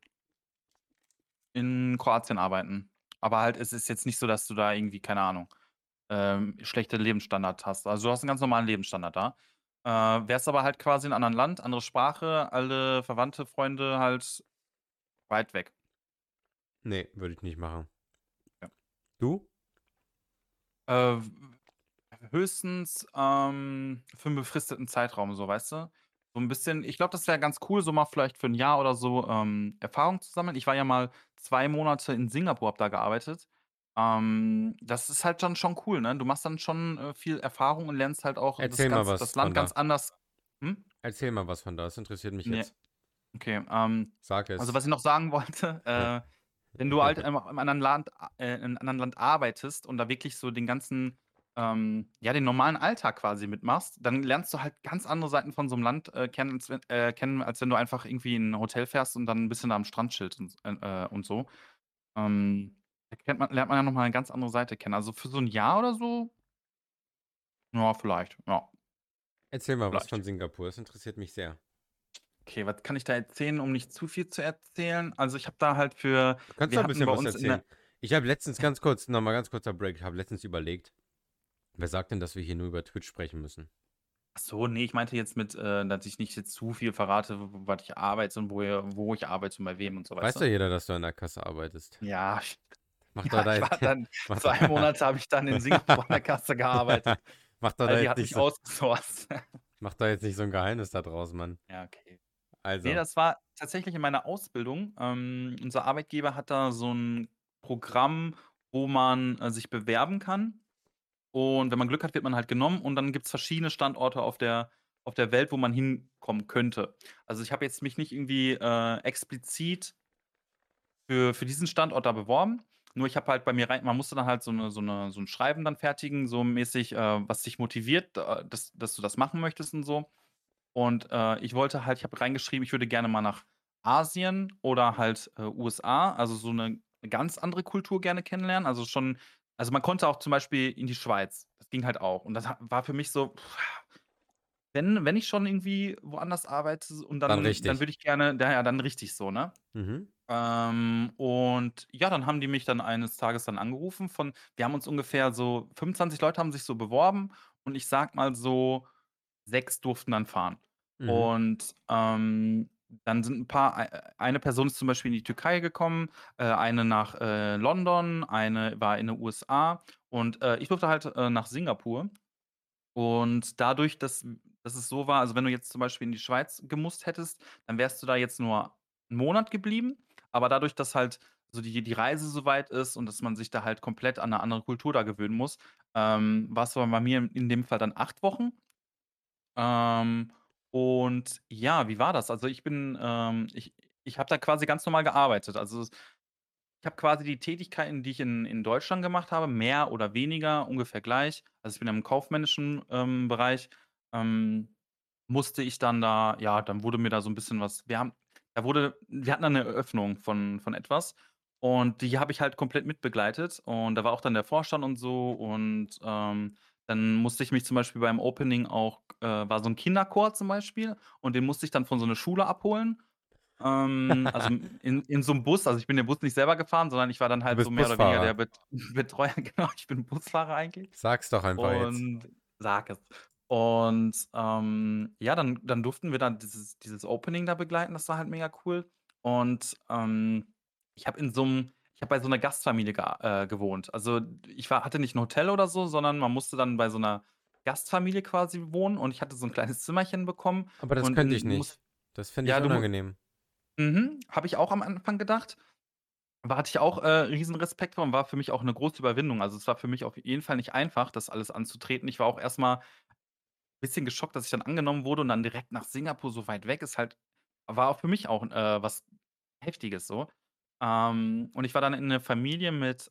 in Kroatien arbeiten.“ Aber halt, es ist jetzt nicht so, dass du da irgendwie, keine Ahnung, ähm, schlechte Lebensstandard hast. Also, du hast 'n ganz normalen Lebensstandard da. Äh, wärst aber halt quasi in 'nem anderen Land, andere Sprache, alle Verwandte, Freunde halt weit weg. Ne, würde ich nicht machen. Ja. Du? Äh, höchstens, ähm, für 'n befristeten Zeitraum so, weißt du? So 'n bisschen ich glaube, das wäre ganz cool, so mal vielleicht für 'n Jahr oder so, ähm, Erfahrung zu sammeln. Ich war ja mal zwei Monate in Singapur, habe da gearbeitet. Ähm, das ist halt dann schon cool, ne? Du machst dann schon, äh, viel Erfahrung und lernst halt auch das Erzähl mal ganz das was Land von ganz da. anders hm? Erzähl mal was von da. Das interessiert mich Ne, jetzt. okay, ähm, Sag also, es. was ich noch sagen wollte, äh, wenn du halt im im anderen Land a äh, in 'nem anderen Land arbeitest und da wirklich so den ganzen ähm, ja, den normalen Alltag quasi mitmachst, dann lernst du halt ganz andere Seiten von so 'nem Land, äh, kennen, als wenn äh, kennen, als wenn du einfach irgendwie in 'n Hotel fährst und dann 'n bisschen am Strand chillst und s äh, äh, und so. Ähm, da kennt man lernt man ja noch mal 'ne ganz andere Seite kennen. Also, für so 'n Jahr oder so ja, vielleicht, ja, Erzähl mal was von vielleicht. Singapur. Das interessiert mich sehr. Okay, was kann ich da erzählen, um nicht zu viel zu erzählen? Also, ich habe da halt für Du kannst doch wir 'n hatten bisschen bei was uns in erzählen. der Ich habe letztens ganz kurz noch mal ganz kurzer Break. Ich habe letztens überlegt, wer sagt denn, dass wir hier nur über Twitch sprechen müssen? Ach so, ne, ich meinte jetzt mit, äh, dass ich nicht jetzt zu viel verrate, w was ich arbeite und wo ihr wo ich arbeite und bei wem und so, weißt Weiß du? ja jeder, dass du an der Kasse arbeitest. Ja, ich Mach doch ja, da ich jetzt war dann mach doch zwei Monate habe ich dann in Singapur an der Kasse gearbeitet, mach doch weil da die jetzt hat nicht mich so outgesourced. mach doch jetzt nicht so 'n Geheimnis da draus, Mann. Ja, okay. Ne, Also, das war tatsächlich in meiner Ausbildung. Ähm, unser Arbeitgeber hat da so 'n Programm, wo man, äh, sich bewerben kann. Und wenn man Glück hat, wird man halt genommen und dann gibt's verschiedene Standorte auf der auf der Welt, wo man hinkommen könnte. Also, ich habe jetzt mich nicht irgendwie, äh, explizit für für diesen Standort da beworben. Nur ich habe halt bei mir rein man musste dann halt so 'ne so 'ne so 'n Schreiben dann fertigen, so mäßig, äh, was dich motiviert, äh, dass dass du das machen möchtest und so. Und, äh, ich wollte halt ich habe reingeschrieben, ich würde gerne mal nach Asien oder halt, äh, U S A, also so 'ne ganz andere Kultur gerne kennenlernen. Also schon also man konnte auch zum Beispiel in die Schweiz. Das ging halt auch. Und das ha war für mich so, wenn wenn ich schon irgendwie woanders arbeite und dann dann dann richtig. würde ich gerne na ja, dann richtig so, ne? Mhm. Ähm, und ja, dann haben die mich dann eines Tages dann angerufen von wir haben uns ungefähr so fünfundzwanzig Leute haben sich so beworben und ich sage mal so, sechs durften dann fahren. Mhm. Und, ähm, dann sind 'n paar ei eine Person ist zum Beispiel in die Türkei gekommen, äh, eine nach, äh, London, eine war in den U S A und, äh, ich durfte halt, äh, nach Singapur. Und dadurch, dass dass es so war also, wenn du jetzt zum Beispiel in die Schweiz gemusst hättest, dann wärst du da jetzt nur 'n Monat geblieben. Aber dadurch, dass halt so die die Reise so weit ist und dass man sich da halt komplett an 'ne andere Kultur da gewöhnen muss, ähm, war's so bei mir in dem Fall dann acht Wochen. Ähm, und ja, wie war das? Also, ich bin, ähm ich ich habe da quasi ganz normal gearbeitet. Also, es ich habe quasi die Tätigkeiten, die ich in in Deutschland gemacht habe, mehr oder weniger ungefähr gleich. Also, ich bin im kaufmännischen, ähm, Bereich, ähm, musste ich dann da ja, dann wurde mir da so 'n bisschen was wir haben da wurde wir hatten dann 'ne Eröffnung von von etwas und die habe ich halt komplett mitbegleitet und da war auch dann der Vorstand und so und, ähm, dann musste ich mich zum Beispiel beim Opening auch äh, war so 'n Kinderchor zum Beispiel und den musste ich dann von so 'ner Schule abholen. Ähm, also, in in so 'm Bus. Also, ich bin den Bus nicht selber gefahren, sondern ich war dann Du halt so bist mehr oder weniger der Busfahrer. Bet Betreuer, genau. Ich bin Busfahrer eigentlich. Sag's doch einfach jetzt. Und sag es. Und, ähm, ja, dann dann durften wir dann dieses dieses Opening da begleiten. Das war halt mega cool. Und, ähm, ich habe in so 'm ich habe bei so 'ner Gastfamilie gea äh, gewohnt. Also, ich war hatte nicht 'n Hotel oder so, sondern man musste dann bei so 'ner Gastfamilie quasi wohnen und ich hatte so 'n kleines Zimmerchen bekommen Aber das und könnte in ich du musst nicht. Das fände ja, ich du mu unangenehm. mhm, habe ich auch am Anfang gedacht. Aber hatte ich auch, äh, Riesenrespekt vor und war für mich auch 'ne große Überwindung. Also, es war für mich auf jeden Fall nicht einfach, das alles anzutreten. Ich war auch erst mal bisschen geschockt, dass ich dann angenommen wurde und dann direkt nach Singapur so weit weg ist halt war auch für mich auch, äh, was Heftiges so. Ähm, und ich war dann in 'ne Familie mit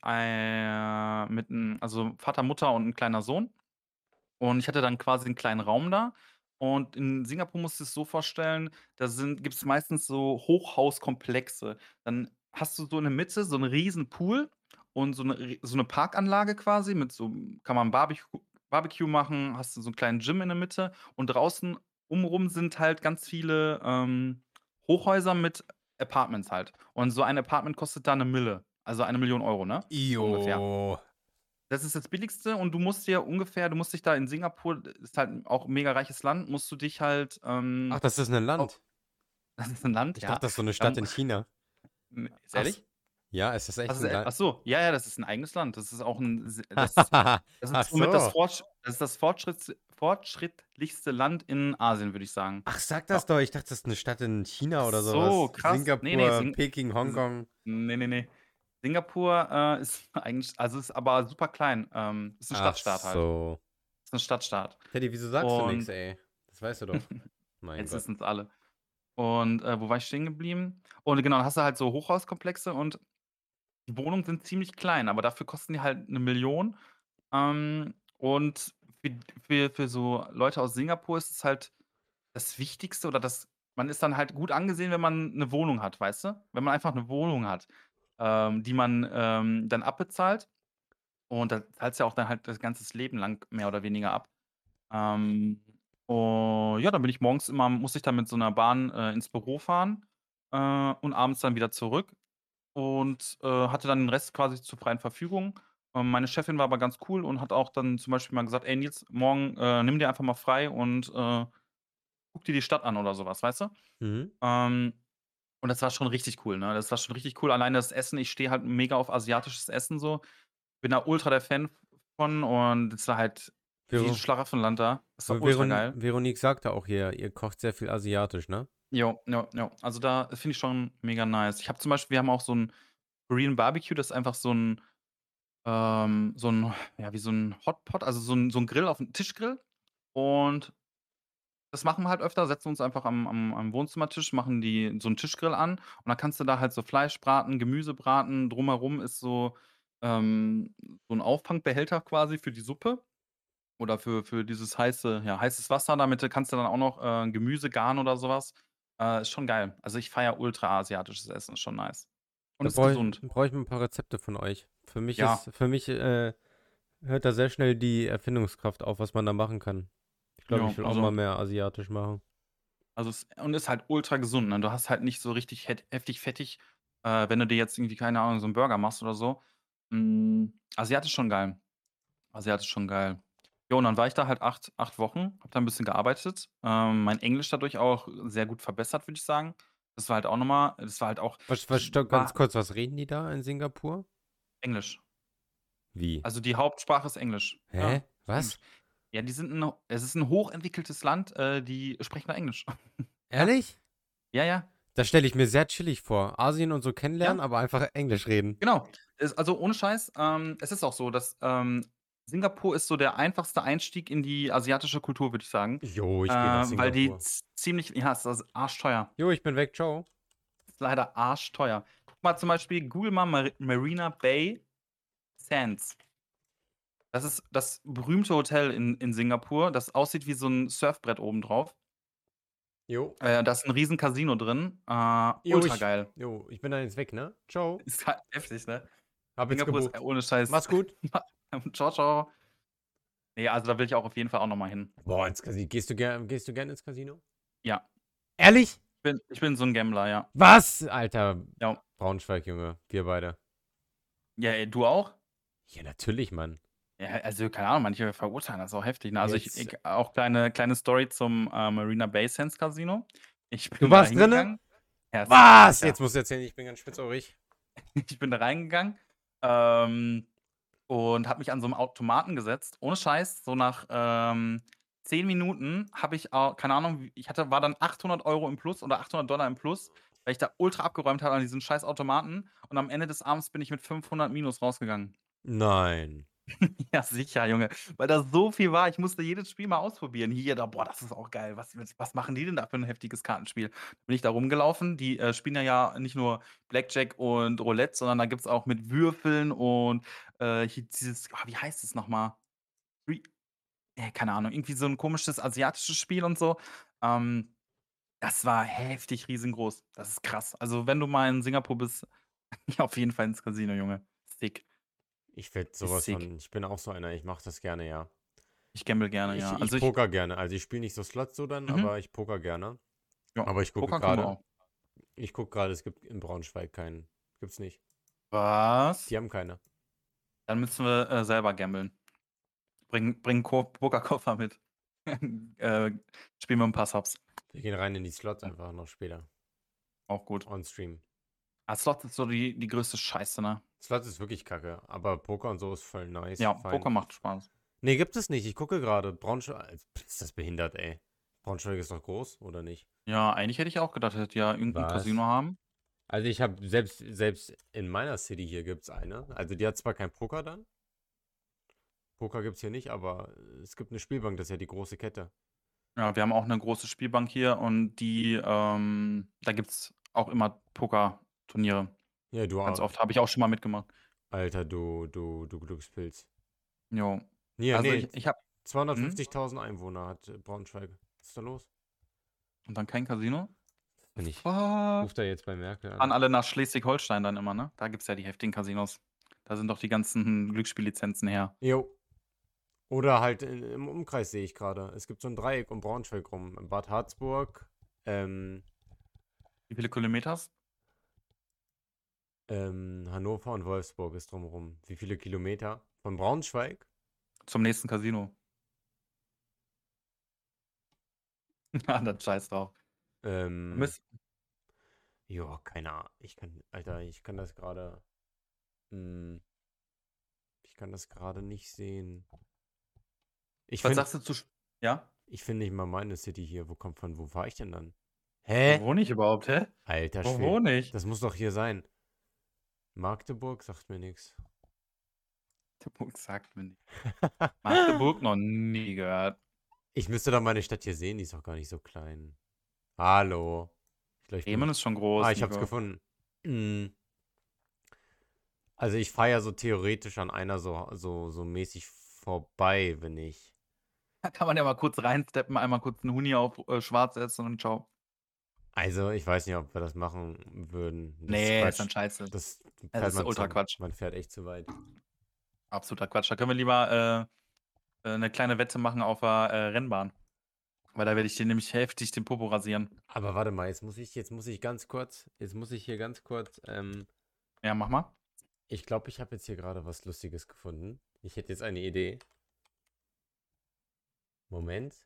ei mit 'n also, Vater, Mutter und 'n kleiner Sohn. Und ich hatte dann quasi 'n kleinen Raum da. Und in Singapur musst du dir's so vorstellen, da sind gibt's meistens so Hochhauskomplexe. Dann hast du so in der Mitte so 'n riesen Pool und so 'ne ri so 'ne Parkanlage quasi mit so kann man Barbecu Barbecue machen, hast du so 'n kleinen Gym in der Mitte und draußen um rum sind halt ganz viele, ähm, Hochhäuser mit Apartments halt. Und so ein Apartment kostet da 'ne Mille, also eine Million Euro, ne, so ungefähr. Jo. Das ist das Billigste und du musst dir ungefähr du musst dich da in Singapur ist halt auch 'n mega reiches Land, musst du dich halt, Ach, ähm, das ist 'nen au Land? das ist 'n Land, Ich dachte, ja. das ist so 'ne Stadt Ähm, in China. n ist Ach s ehrlich? ja, ist das Das echt ist 'n e Land? ach so, ja, ja, das ist 'n eigenes Land. Das ist auch 'n s das das Ach ist somit das so. fortsch das ist das fortschritts fortschrittlichste Land in Asien, würde ich sagen. Ach, sag das Ja. doch. Ich dachte, das ist 'ne Stadt in Ach China oder so so, was. krass. Ne, ne, Singapur, Sing Peking, s Hongkong. ne, ne, ne. Singapur, äh, ist eigentlich also, ist aber super klein. Ähm, ist 'n Ach Stadtstaat halt. so. Ist 'n Stadtstaat. Teddy, wieso sagst du nix, Und ey? Das weißt du doch. Mein jetzt Gott. wissen's alle. Und, äh, wo war ich stehen geblieben? Und genau, dann hast du halt so Hochhauskomplexe und die Wohnungen sind ziemlich klein, aber dafür kosten die halt 'ne Million. Ähm, und für d für für so Leute aus Singapur ist es halt das Wichtigste oder das man ist dann halt gut angesehen, wenn man 'ne Wohnung hat, weißt du? Wenn man einfach 'ne Wohnung hat, ähm, die man, ähm, dann abbezahlt. Und da zahlst du ja auch dann halt das ganzes Leben lang mehr oder weniger ab. Ähm, und ja, dann bin ich morgens immer musste ich dann mit so 'ner Bahn, äh, ins Büro fahren, äh, und abends dann wieder zurück und, äh, hatte dann den Rest quasi zur freien Verfügung. Ähm, meine Chefin war aber ganz cool und hat auch dann zum Beispiel mal gesagt: „Ey Nils, morgen, äh, nimm dir einfach mal frei und, äh, guck dir die Stadt an“ oder so was, weißt du? Mhm. Ähm, und das war schon richtig cool, ne? Das war schon richtig cool. Alleine das Essen, ich stehe halt mega auf asiatisches Essen so. Bin da ultra der Fan von und es war halt wie 'n Vero Schlaraffenland da. Das war V ultra Veron geil. Veronique sagte auch hier, ihr kocht sehr viel asiatisch, ne? Jo, jo, jo. Also, da finde ich schon mega nice. Ich habe zum Beispiel wir haben auch so 'n Korean Barbecue, das ist einfach so 'n ähm, so 'n ja, wie so 'n Hotpot, also, so 'n so 'n Grill auf'm Tischgrill. Und das machen wir halt öfter, setzen uns einfach am am am Wohnzimmertisch, machen die so 'n Tischgrill an und dann kannst du da halt so Fleisch braten, Gemüse braten. Drumherum ist so, ähm, so 'n Auffangbehälter quasi für die Suppe oder für für dieses heiße ja, heißes Wasser. Damit du kannst du dann auch noch, äh, Gemüse garen oder so was. Äh, ist schon geil. Also, ich feiere ultra asiatisches Essen, ist schon nice. Und Da ist brauche ich gesund. brauche ich mal 'n paar Rezepte von euch. Für mich Ja. ist für mich, äh, hört da sehr schnell die Erfindungskraft auf, was man da machen kann. Ich glaube, Ja, ich will auch mal also mehr asiatisch machen. Also, es und ist halt ultra gesund, ne? Du hast halt nicht so richtig het heftig fettig, äh, wenn du dir jetzt irgendwie, keine Ahnung, so 'n Burger machst oder so. Hm, asiatisch schon geil. Asiatisch schon geil. Jo, und dann war ich da halt acht acht Wochen, habe da 'n bisschen gearbeitet. Ähm, mein Englisch dadurch auch sehr gut verbessert, würde ich sagen. Das war halt auch noch mal das war halt auch Was was ich stopp, ganz war kurz, was reden die da in Singapur? Englisch. Wie? Also, die Hauptsprache ist Englisch. Hä? Ja, Was? Englisch. Ja, die sind 'n es ist 'n hochentwickeltes Land, äh, die sprechen da Englisch. Ja. Ehrlich? Ja, ja. Das stelle ich mir sehr chillig vor. Asien und so Ja. kennenlernen, aber einfach Englisch reden. Genau. Es also, ohne Scheiß, ähm, es ist auch so, dass, ähm, Singapur ist so der einfachste Einstieg in die asiatische Kultur, würde ich sagen, Jo, äh, ich gehe nach weil die Singapur. z ziemlich ja, es ist arschteuer. Jo, ich bin weg. Tschau. ist leider arschteuer. Guck mal zum Beispiel, google mal Mar Marina Bay Sands. Das ist das berühmte Hotel in in Singapur, das aussieht wie so 'n Surfbrett obendrauf. Jo. Äh, da ist 'n riesen Casino drin, äh, Jo, ich ultrageil. jo, ich bin dann jetzt weg, ne? Ciao. Ist halt heftig, ne? Habe jetzt Singapur ist gebucht. ohne Scheiß Mach's gut. Tschau, tschau. Ne, also da will ich auch auf jeden Fall auch noch mal hin. Boah, ins Casi gehst du ger gehst du gerne ins Casino? Ja. Ehrlich? Bin ich bin so 'n Gambler, ja. Was? Alter, Ja. Braunschweig, Junge, wir beide. Ja, ey, du auch? Ja, natürlich, Mann. Ja, also, keine Ahnung, manche verurteilen das auch heftig, ne? Also, ich Jetzt ich auch kleine kleine Story zum, äh, Marina Bay Sands Casino. Ich Du bin da warst drinnen? hingegangen. Ja, si Was? sicher. Jetzt musst du erzählen, ich bin ganz spitzohrig. Ich bin da reingegangen, ähm, und habe mich an so 'nem Automaten gesetzt. Ohne Scheiß, so nach, ähm, zehn Minuten habe ich au keine Ahnung, wie ich hatte war dann achthundert Euro im Plus oder achthundert Dollar im Plus, weil ich da ultra abgeräumt habe an diesen scheiß Automaten und am Ende des Abends bin ich mit fünfhundert minus rausgegangen. Nein. Ja, sicher, Junge, weil da so viel war. Ich musste jedes Spiel mal ausprobieren. Hier, da boah, das ist auch geil. Was was machen die denn da für 'n heftiges Kartenspiel? Bin ich da rumgelaufen. Die, äh, spielen ja ja nicht nur Blackjack und Roulette, sondern da gibt's auch mit Würfeln und, äh, hier dieses ah, wie heißt es noch mal? Re äh, keine Ahnung, irgendwie so 'n komisches asiatisches Spiel und so. Ähm, das war heftig riesengroß. Das ist krass. Also, wenn du mal in Singapur bist, auf jeden Fall ins Casino, Junge. Sick. Ich werde so Ist was sick. von ich bin auch so einer, ich mache das gerne, ja. Ich gamble gerne, Ich ja. ich Also, ich poker gerne. Also, ich spiele nicht so Slots so dann, Mhm. aber ich poker gerne. Ja, Aber ich gucke Poker können wir grade auch. ich gucke grade, es gibt in Braunschweig keinen gibt's nicht. Was? Die haben keine. Dann müssen wir, äh, selber gamblen. Bring bring Ko Pokerkoffer mit. Äh, spielen wir 'n paar Subs. Wir gehen rein in die Slots einfach noch später. Auch gut. On Stream. Ah, Slots ist so die die größte Scheiße, ne? Slots ist wirklich kacke, aber Poker und so ist voll nice, Ja, fein. Poker macht Spaß. Ne, gibt es nicht. Ich gucke grade. Braunschwei ist das behindert, ey. Braunschweig ist doch groß, oder nicht? Ja, eigentlich hätte ich auch gedacht, dass die ja irgend 'n Casino Was? haben. Also, ich habe selbst selbst in meiner City hier gibt's eine. Also, die hat zwar kein Poker dann. Poker gibt's hier nicht, aber es gibt 'ne Spielbank, das ist ja die große Kette. Ja, wir haben auch 'ne große Spielbank hier und die, ähm da gibt's auch immer Pokerturniere. Ja, du Ganz a oft. Habe ich auch schon mal mitgemacht. Alter, du du du Glückspilz. Jo. Ja, Also, ne, ich ich habe mhm. zweihundertfünfzigtausend Einwohner hat, äh, Braunschweig. Was ist da los? Und dann kein Casino? Wenn ich Fuck. rufe da jetzt bei Merkel Fahren an. alle nach Schleswig-Holstein dann immer, ne? Da gibt's ja die heftigen Casinos. Da sind doch die ganzen Glücksspiellizenzen her. Jo. Oder halt i im Umkreis sehe ich grade. Es gibt so 'n Dreieck um Braunschweig rum. Bad Harzburg, ähm Wie viele Kilometers? ähm, Hannover und Wolfsburg ist drum rum. Wie viele Kilometer? Von Braunschweig? Zum nächsten Casino. Ja, dann scheiß drauf. Ähm Müss Ja, keine A ich kann Alter, ich kann das grade hm ich kann das grade nicht sehen. Ich Was finde sagst du zu sch ja? ich finde nicht mal meine City hier. Wo kommt von wo fahre ich denn dann? Wo Hä? wohne ich überhaupt, hä? Alter Wo Schwede. wohne ich? Das muss doch hier sein. Magdeburg sagt mir nix. Magdeburg sagt mir nix. Magdeburg noch nie gehört. Ich müsste doch meine Stadt hier sehen, die ist doch gar nicht so klein. Hallo. Ich glaube, ich Bremen bin ist schon ah, groß, ich habe es Nico. gefunden. Hm. Also, ich fahre ja so theoretisch an einer so so so mäßig vorbei, wenn ich Da kann man ja mal kurz reinsteppen, einmal kurz 'n Huni auf, äh, schwarz setzen und ciao. Also, ich weiß nicht, ob wir das machen würden. Das ist Ne, ist dann Quatsch. scheiße. Das Es fährt ist man ultra zu Quatsch. man fährt echt zu weit. Absoluter Quatsch. Da können wir lieber, äh, äh, 'ne kleine Wette machen auf der, äh, Rennbahn. Weil da werde ich dir nämlich heftig den Popo rasieren. Aber warte mal, jetzt muss ich jetzt muss ich ganz kurz jetzt muss ich hier ganz kurz, ähm Ja, mach mal. Ich glaube, ich habe jetzt hier grade was Lustiges gefunden. Ich hätte jetzt eine Idee. Moment.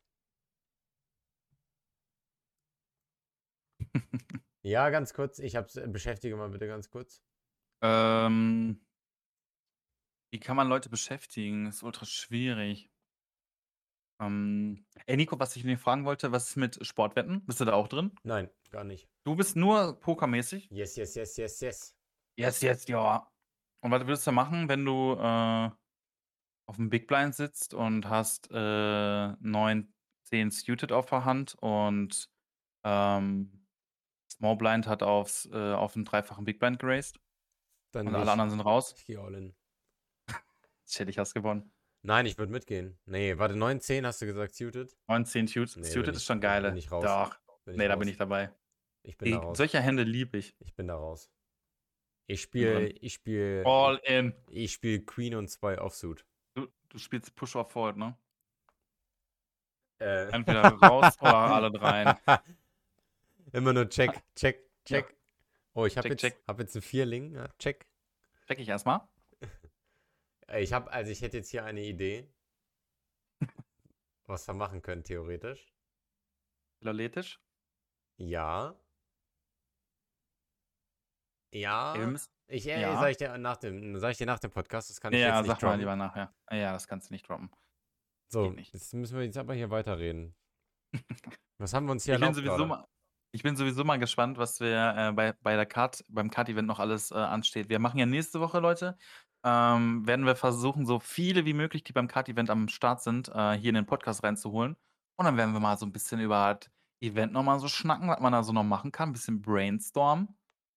Ja, ganz kurz. Ich habe es beschäftige mal bitte ganz kurz. Ähm Wie kann man Leute beschäftigen? Ist ultra schwierig. Ähm, ey Nico, was ich mich fragen wollte, was ist mit Sportwetten? Bist du da auch drin? Nein, gar nicht. Du bist nur pokermäßig? Yes, yes, yes, yes, yes. Yes, yes, ja. Und was würdest du machen, wenn du, äh, auf'm Big Blind sitzt und hast, äh, neun, zehn Suited auf der Hand und, ähm Small Blind hat aufs äh, auf 'n dreifachen Big Blind geraced Dann und alle nicht. anderen sind raus. Ich gehe all in. Shit, ich hast gewonnen. Nein, ich würde mitgehen. Nee, warte, neun zehn hast du gesagt, suited? neun zehn Suit Nee, bin Suited ist ich, schon bin, bin geile. ich raus. Doch. Bin ich Ne, da bin raus. ich dabei. Ich bin da Ey, raus. solche Hände liebe ich. Ich bin da raus. Ich Bin spiele, drin. ich spiele, All in. ich spiele Queen und zwei Offsuit. Du du spielst Push or Fold, ne? Äh. Entweder raus oder alle dreien. Immer nur check, check, Ja. check. Oh, ich habe Check, jetzt, check. hab jetzt einen Vierling. Ja, check. Check ich erst mal. Äh, Ich habe, also ich hätte jetzt hier eine Idee, was wir machen können, theoretisch. Philoletisch. Ja. Ey, wir Ja. müssen Ich, äh, ja. sag ich dir nach dem, sag ich dir nach dem Podcast, das kann ich Ja, jetzt nicht sag mal droppen. lieber nachher. Ja, das kannst du nicht droppen. So, Geht nicht. jetzt müssen wir jetzt aber hier weiterreden. Was haben wir uns hier Ich bin erlaubt sowieso gerade? mal ich bin sowieso mal gespannt, was wir, äh, bei bei der Kart beim Kart-Event noch alles, äh, ansteht. Wir machen ja nächste Woche, Leute, ähm, werden wir versuchen, so viele wie möglich, die beim Kart-Event am Start sind, äh, hier in den Podcast reinzuholen. Und dann werden wir mal so 'n bisschen über das Event noch mal so schnacken, was man da so noch machen kann, 'n bisschen brainstormen.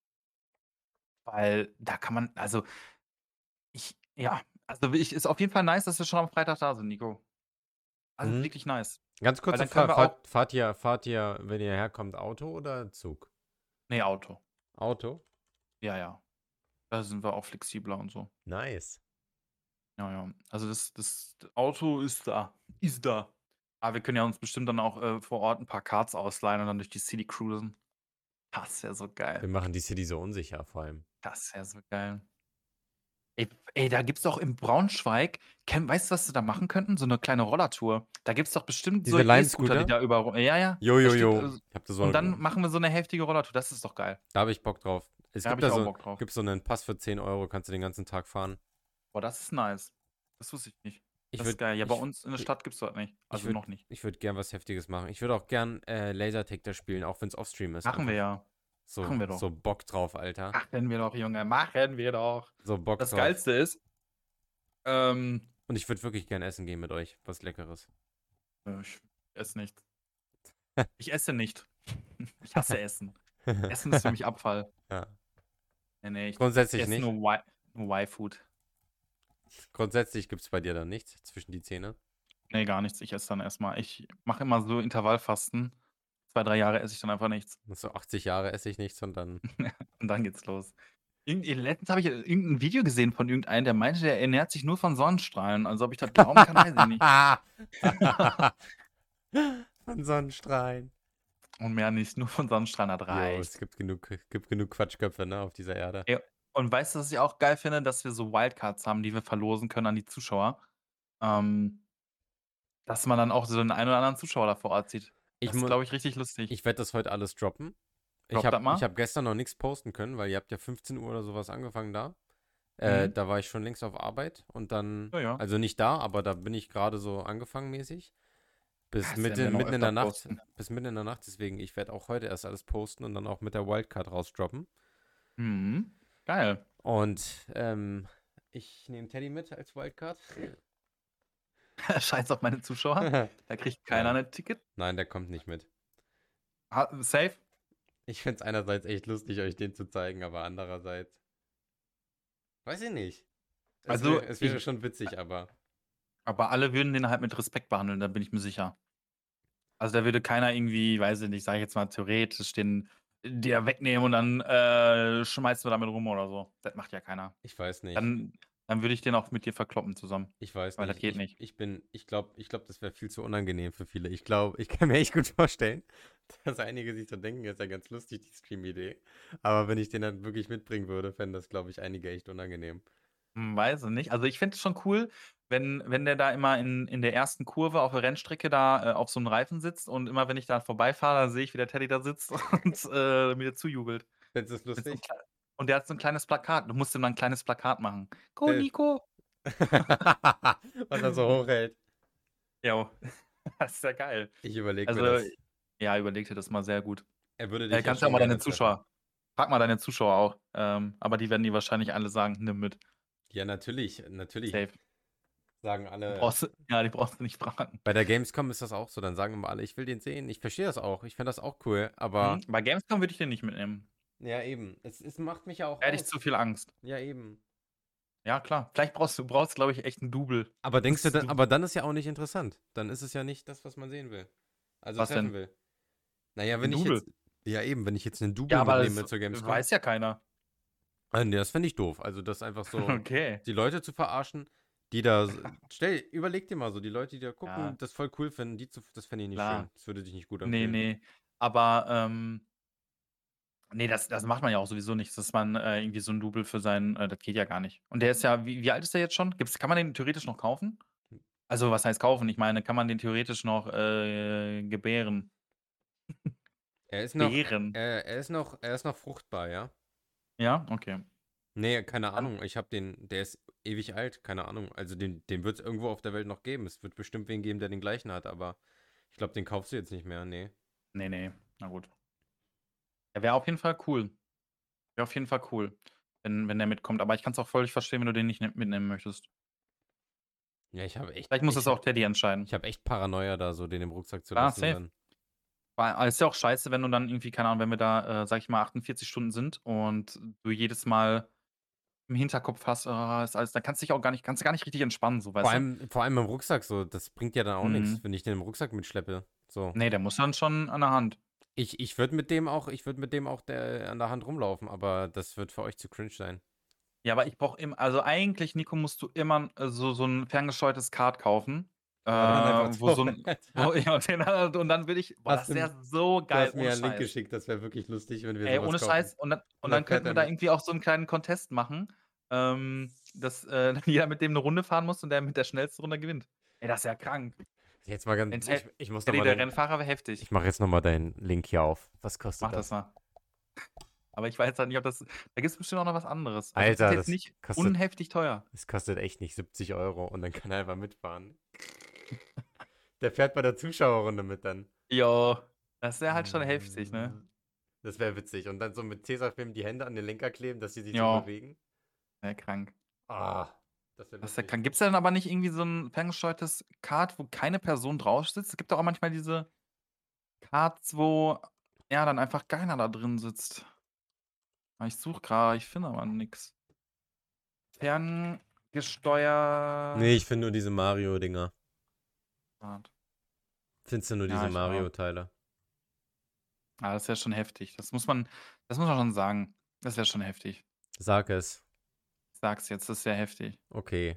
Weil da kann man also ich ja, also ich ist auf jeden Fall nice, dass wir schon am Freitag da sind, Nico. Also Mhm. wirklich nice. Ganz Weil kurze dann können Frage, wir auch fahrt, fahrt ihr, fahrt ihr, wenn ihr herkommt, Auto oder Zug? ne, Auto. Auto? Ja, ja. Da sind wir auch flexibler und so. Nice. Ja, ja. Also das das Auto ist da. Ist da. Aber wir können ja uns bestimmt dann auch, äh, vor Ort 'n paar Karts ausleihen und dann durch die City cruisen. Das wäre so Wir geil. machen die City so unsicher, vor allem. Das wäre so geil. Ey ey, da gibt's doch in Braunschweig kenn weißt du, was wir da machen könnten? So 'ne kleine Rollertour. Da gibt's doch bestimmt so Diese E-Scooter, die Lime-Scooter? da überall ja, ja. Jo, Da jo, steht, jo. äh Ich hab das so und dann machen wir so 'ne heftige Rollertour. Das ist doch geil. Da habe ich Bock drauf. Es Da habe gibt ich da auch so, Bock drauf. gibt so einen Pass für zehn Euro, kannst du den ganzen Tag fahren. Boah, das ist nice. Das wusste ich nicht. Ich Das ist würd, geil. Ja, bei ich, uns in der ich, Stadt gibt's das nicht. ich Also würde noch nicht. ich würd gern was Heftiges machen. Ich würde auch gern äh, Lasertag da spielen, auch wenn es Offstream ist. Machen wir Einfach ja. so, Machen wir doch. so Bock drauf, Alter. Machen wir doch, Junge. Machen wir doch. So Bock Das drauf. Geilste ist, ähm Und ich würde wirklich gern essen gehen mit euch. Was Leckeres. äh, ich esse nichts. Ich esse nicht. Ich hasse Essen. Essen ist für mich Abfall. Ja. Ne, ne, ich Grundsätzlich esse nicht. nur Y nur Y-Food. Grundsätzlich gibt es bei dir dann nichts zwischen die Zähne. Ne, gar nichts. Ich esse dann erst mal ich mache immer so Intervallfasten. zwei, drei Jahre esse ich dann einfach nichts. So achtzig Jahre esse ich nichts und dann. Und dann geht's los. Irgend letztens habe ich irgend 'n Video gesehen von irgendeinem, der meinte, der ernährt sich nur von Sonnenstrahlen. Also, ob ich das glauben kann, weiß ich nicht. Von Sonnenstrahlen. Und mehr nicht, nur von Sonnenstrahlen, das Jo, reicht. es gibt genug, gibt genug Quatschköpfe, ne, auf dieser Erde. Ey, und weißt du, was ich auch geil finde? Dass wir so Wildcards haben, die wir verlosen können an die Zuschauer. Ähm, dass man dann auch so den einen oder anderen Zuschauer da vor Ort sieht. Ich Das ist, mu glaube ich, richtig lustig. Ich werde das heute alles droppen. Ich Drop das habe mal. ich hab gestern noch nichts posten können, weil ihr habt ja fünfzehn Uhr oder sowas angefangen da. Äh, Mhm. da war ich schon längst auf Arbeit und dann, Ja, ja. also nicht da, aber da bin ich gerade so angefangen mäßig. Bis Das werden wir mitten, noch mitten in der öfter Nacht. posten. Bis mitten in der Nacht, deswegen, ich werde auch heute erst alles posten und dann auch mit der Wildcard rausdroppen. Mhm. Geil. Und ähm, ich nehme Teddy mit als Wildcard. Scheiß auf meine Zuschauer. Da kriegt keiner Nein. ein Ticket. Nein, der kommt nicht mit. Ha safe? Ich finde es einerseits echt lustig, euch den zu zeigen, aber andererseits. Weiß ich nicht. Es, Also, wär, es wäre ich schon witzig, aber. aber alle würden den halt mit Respekt behandeln, da bin ich mir sicher. Also, da würde keiner irgendwie, weiß ich nicht, sage ich jetzt mal theoretisch, den dir wegnehmen und dann, äh, schmeißen wir damit rum oder so. Das macht ja keiner. Ich weiß nicht. Dann dann würde ich den auch mit dir verkloppen zusammen. Ich weiß Weil nicht. das geht ich, nicht. Ich bin, ich glaube, ich glaube, das wäre viel zu unangenehm für viele. Ich glaube, ich kann mir echt gut vorstellen, dass einige sich so denken, ist ja ganz lustig, die Stream-Idee. Aber wenn ich den dann wirklich mitbringen würde, fänden das, glaube ich, einige echt unangenehm. Hm, weiß ich nicht. Also, ich finde es schon cool, wenn wenn der da immer in in der ersten Kurve auf der Rennstrecke da, äh, auf so 'nem Reifen sitzt und immer, wenn ich da vorbeifahre, dann sehe ich, wie der Teddy da sitzt und, äh, mir zujubelt. Findest du das Mit so 'nem lustig? klei und der hat so 'n kleines Plakat. Du musst ihm dann 'n kleines Plakat machen. „Go, Äh. Nico!“ Was er so hochhält. Jo, das ist ja geil. Ich überlege mir Also, das. ja, überleg dir das mal sehr gut. Er würde Äh, dich ja kannst ja auch schon mal deine gerne treffen. Zuschauer frag mal deine Zuschauer auch, ähm, aber die werden dir wahrscheinlich alle sagen: „Nimm mit.“ Ja, natürlich, natürlich. Safe. Sagen Die alle. brauchst du ja, die brauchst du nicht fragen. Bei der Gamescom ist das auch so. Dann sagen immer alle, ich will den sehen. Ich verstehe das auch. Ich finde das auch cool. Mhm. Aber Bei Gamescom würde ich den nicht mitnehmen. ja, eben. Es, es macht mich ja auch Da hätte ich zu aus. viel Angst. Ja, eben. Ja, klar. Vielleicht brauchst du brauchst, glaube ich, echt 'n Double. Aber denkst du Das dann, du aber dann ist ja auch nicht interessant. Dann ist es ja nicht das, was man sehen will. Also Was treffen denn? will. Naja, 'N wenn ich Double? jetzt. Ja, eben, wenn ich jetzt einen Ja, Double aber das mitnehme zur Gamescom. weiß ja keiner. Ah, ne, das fände ich doof. Also, das einfach so Okay. die Leute zu verarschen, die da s stell überleg dir mal so, die Leute, die da Ja, gucken, das voll cool finden, die zu das fände ich nicht klar. schön. Das würde dich nicht gut Ne, anfühlen. ne. Aber, ähm ne, das das macht man ja auch sowieso nicht, dass man, äh, irgendwie so 'n Double für seinen äh, das geht ja gar nicht. Und der ist ja wie wie alt ist der jetzt schon? Gibt's kann man den theoretisch noch kaufen? Also, was heißt kaufen? Ich meine, kann man den theoretisch noch, äh, gebären? Er ist noch Beeren. er er ist noch er ist noch fruchtbar, ja? Ja? Okay. Ne, keine Dann Ahnung. Ich habe den der ist ewig alt, keine Ahnung. Also, den den wird's irgendwo auf der Welt noch geben. Es wird bestimmt wen geben, der den gleichen hat, aber ich glaube, den kaufst du jetzt nicht mehr, ne. ne, ne, na gut. Ja, wäre auf jeden Fall cool. Wäre auf jeden Fall cool, wenn wenn der mitkommt. Aber ich kann's auch völlig verstehen, wenn du den nicht ne mitnehmen möchtest. Ja, ich habe echt Vielleicht muss ich es ha auch Teddy entscheiden. ich habe echt Paranoia da so, den im Rucksack zu Klar, lassen safe. dann. Weil ist ja auch scheiße, wenn du dann irgendwie keine Ahnung, wenn wir da, äh, sage ich mal, achtundvierzig Stunden sind und du jedes Mal im Hinterkopf hast: „Ah, ist alles“, dann kannst du dich auch gar nicht kannst du gar nicht richtig entspannen, so, Vor weißt du? allem vor allem im Rucksack so, das bringt ja dann auch nix, Mhm. wenn ich den im Rucksack mitschleppe, so. Ne, der muss dann schon an der Hand. Ich ich würde mit dem auch ich würde mit dem auch der an der Hand rumlaufen, aber das wird für euch zu cringe sein. Ja, aber ich brauche im also eigentlich, Nico, musst du immer, äh, so so 'n ferngesteuertes Kart kaufen, äh, Aber dann einfach wo so 'n Torrent. wo ja, und den und dann will ich boah, Hast das du wäre 'n so du geil, hast mir ohne ja 'n Link Scheiß. geschickt, das wäre wirklich lustig, wenn wir Ey, so was ohne kaufen. Scheiß. Und dann und Und dann dann fährt könnten wir er da mit. irgendwie auch so 'n kleinen Contest machen, ähm, dass, äh, jeder mit dem 'ne Runde fahren muss und der mit der schnellsten Runde gewinnt. Ey, das wär krank. Jetzt mal Wenn ganz Ted ich ich muss noch Teddy mal der deinen Rennfahrer wäre heftig. ich mache jetzt noch mal deinen Link hier auf. Was Mach kostet das das? mal. Aber ich weiß halt nicht, ob das da gibt's bestimmt auch noch was anderes. Also, es ist Alter, jetzt das nicht kostet unheftig teuer. das kostet echt nicht siebzig Euro und dann kann er einfach mitfahren. Der fährt bei der Zuschauerrunde mit dann. Jo, das wäre halt schon heftig, ne? Hm, das wäre witzig. Und dann so mit Tesafilm die Hände an den Lenker kleben, dass die sich so Ja, bewegen. wäre krank. Ah, das wäre Das ist ja lustig. krank. Gibt's da dann aber nicht irgendwie so 'n ferngesteuertes Kart, wo keine Person drauf sitzt? Es gibt doch auch manchmal diese Karts, wo, ja, dann einfach keiner da drin sitzt. Ah, ich suche grade, ich finde aber nix. Ne, Ferngesteuert ich finde nur diese Mario-Dinger. Kart. Findest du nur diese Ja, ich auch. Mario-Teile. Ah, das wäre schon heftig. Das muss man das muss man schon sagen. Das wäre schon heftig. Sag es. Ich sage es jetzt, das wäre heftig. Okay.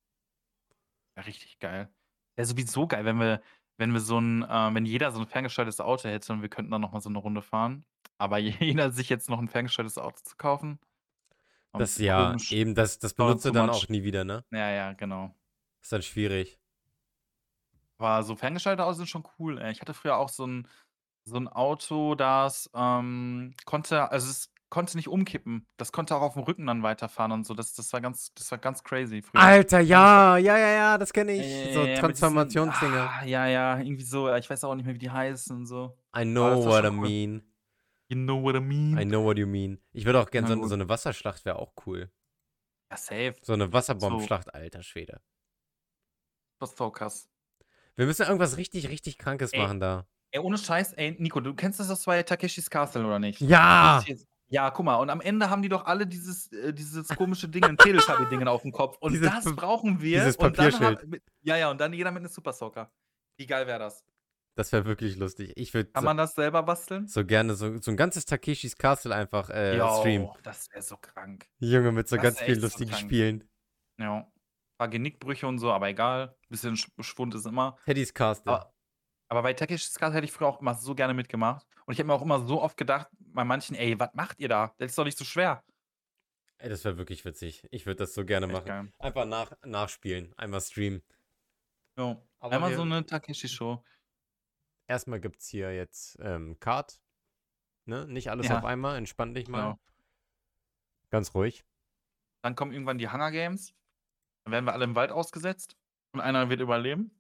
Wäre richtig geil. Wäre sowieso geil, wenn wir wenn wir so 'n äh, wenn jeder so 'n ferngesteuertes Auto hätte und wir könnten dann noch mal so 'ne Runde fahren. Aber jeder sich jetzt noch 'n ferngesteuertes Auto zu kaufen, war 'n Das bisschen ja, komisch. eben, das das War benutzt du too dann much. auch nie wieder, ne? Ja, ja, genau. Ist dann schwierig. Aber so ferngesteuerte Autos sind schon cool, ey. Ich hatte früher auch so 'n so 'n Auto, das, ähm, konnte also, es konnte nicht umkippen. Das konnte auch aufm Rücken dann weiterfahren und so. Das das war ganz das war ganz crazy früher. Alter, Ferngesteuert ja, ja, ja, ja, das kenne Ja, ich. ja, So ja, mit diesen Transformationsdinger. ah, ja, ja, irgendwie so. Ich weiß auch nicht mehr, wie die heißen und so. I Aber know das war what I schon cool. mean. You know what I I mean? know what you mean. Ich würde auch gern Na so 'ne gut. so 'ne Wasserschlacht wäre auch cool. Ja, safe. So 'ne So Wasserbombenschlacht, alter Schwede. das ist so krass. Wir müssen irgendwas richtig, richtig Krankes Ey machen da. ey, ohne Scheiß, ey, Nico, du kennst das aus bei Takeshis Castle oder nicht? Das ist Ja! jetzt ja, guck mal, und am Ende haben die doch alle dieses äh, dieses komische Ding 'n Teletubby-Dingen aufm Kopf. Und Dieses das P brauchen wir dieses und dann ha Papierschild. mit ja, ja, und dann jeder mit 'nem Super Soaker. Wie geil wäre das? Das wäre wirklich lustig. Ich würde Kann so man das selber basteln? so gerne so so 'n ganzes Takeshis Castle einfach, äh, streamen. Jo, das wäre so krank. Junge, mit so Das ganz wäre vielen echt so lustigen krank. Spielen. Ja. Paar Genickbrüche und so, aber egal. Bisschen Sch Schwund ist immer. Teddys Castle. Aber aber bei Takeshis Castle hätte ich früher auch immer so gerne mitgemacht. Und ich habe mir auch immer so oft gedacht bei manchen: „Ey, was macht ihr da? Das ist doch nicht so schwer.“ Ey, das wäre wirklich witzig. Ich würde das so gerne Echt machen. geil. Einfach nach nachspielen, einmal streamen. Jo. Aber Einmal so wir 'ne Takeshi-Show. erst mal gibt's hier jetzt, ähm, Kart, ne? Nicht alles auf Ja, einmal, entspann dich mal. genau. Ganz ruhig. Dann kommen irgendwann die Hunger Games. Dann werden wir alle im Wald ausgesetzt und einer wird überleben.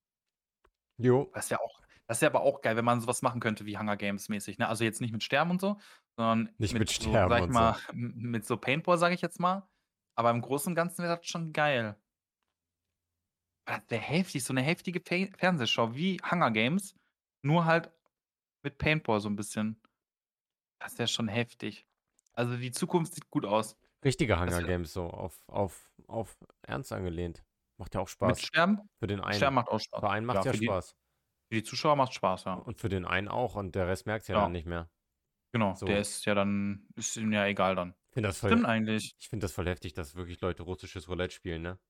Jo. Das wäre auch das wäre aber auch geil, wenn man so was machen könnte wie Hunger Games mäßig, ne? Also, jetzt nicht mit Sterben und so, sondern Nicht mit mit so, Sterben sage ich und so. mal, m mit so Paintball, sage ich jetzt mal. Aber im Großen und Ganzen wäre das schon geil. Das wäre heftig, so 'ne heftige Fe Fernsehshow wie Hunger Games, nur halt mit Paintball so 'n bisschen. Das wäre schon heftig. Also, die Zukunft sieht gut aus. Richtige Das Hunger wird Games so auf auf auf ernst angelehnt. Macht ja auch mit Spaß. Sterben? Für den einen. Sterben macht auch Spaß. Für einen macht's Ja, ja für die Spaß. für die Zuschauer macht's Spaß, ja. Und für den einen auch und der Rest merkt's ja dann Ja, nicht mehr. genau. Der So, ist ja dann ist ihm ja egal dann. ich finde das voll Stimmt eigentlich. ich finde das voll heftig, dass wirklich Leute russisches Roulette spielen, ne?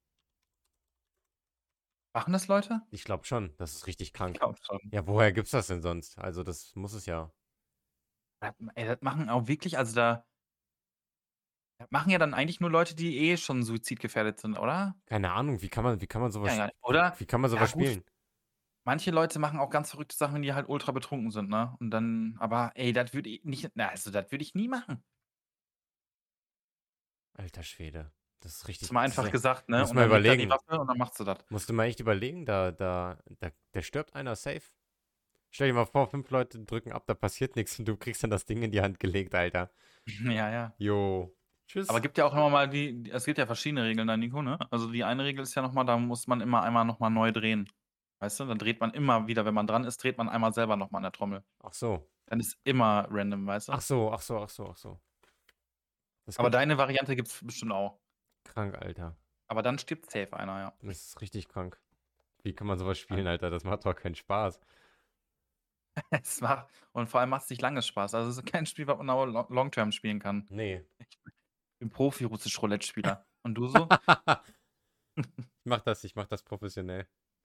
Machen das Leute? Ich glaube schon, das ist richtig Ich krank. glaube schon. Ja, woher gibt's das denn sonst? Also, das muss es ja. Ja, ey, das machen auch wirklich also, da das machen ja dann eigentlich nur Leute, die eh schon suizidgefährdet sind, oder? Keine Ahnung, wie kann man wie kann man so Ja, was ja, wie oder? wie kann man so Ja was gut, spielen? manche Leute machen auch ganz verrückte Sachen, wenn die halt ultra betrunken sind, ne? Und dann aber ey, das würde i nicht na, also, das würde ich nie machen. Alter Schwede. Das ist Ist richtig mal das einfach ist gesagt, ne? musst Und du mal dann nimmt er die überlegen. Waffe und dann machst du das. Musst du mal echt überlegen, da da da da stirbt einer safe. Stell dir mal vor, fünf Leute drücken ab, da passiert nix und du kriegst dann das Ding in die Hand gelegt, Alter. Ja, ja. Jo. Aber Tschüss. gibt ja auch immer mal die die es gibt ja verschiedene Regeln da, Nico, ne? Also, die eine Regel ist ja noch mal, da muss man immer einmal noch mal neu drehen. Weißt du? Dann dreht man immer wieder, wenn man dran ist, dreht man einmal selber noch mal an der Trommel. Ach so. Dann ist immer random, weißt Ach du? so, ach so, ach so, ach so. Das Aber gibt deine Variante gibt's bestimmt auch. krank, Alter. Aber dann stirbt safe einer, ja. Das ist richtig krank. Wie kann man so was Ja. spielen, Alter? Das macht doch keinen Spaß. Es macht und vor allem macht's nicht lange Spaß. Also, es ist kein Spiel, was man auch lo long term spielen kann. Ne. Ich bin Profi Russisch Roulette-Spieler. Und du so? Ich mache das ich mache das professionell.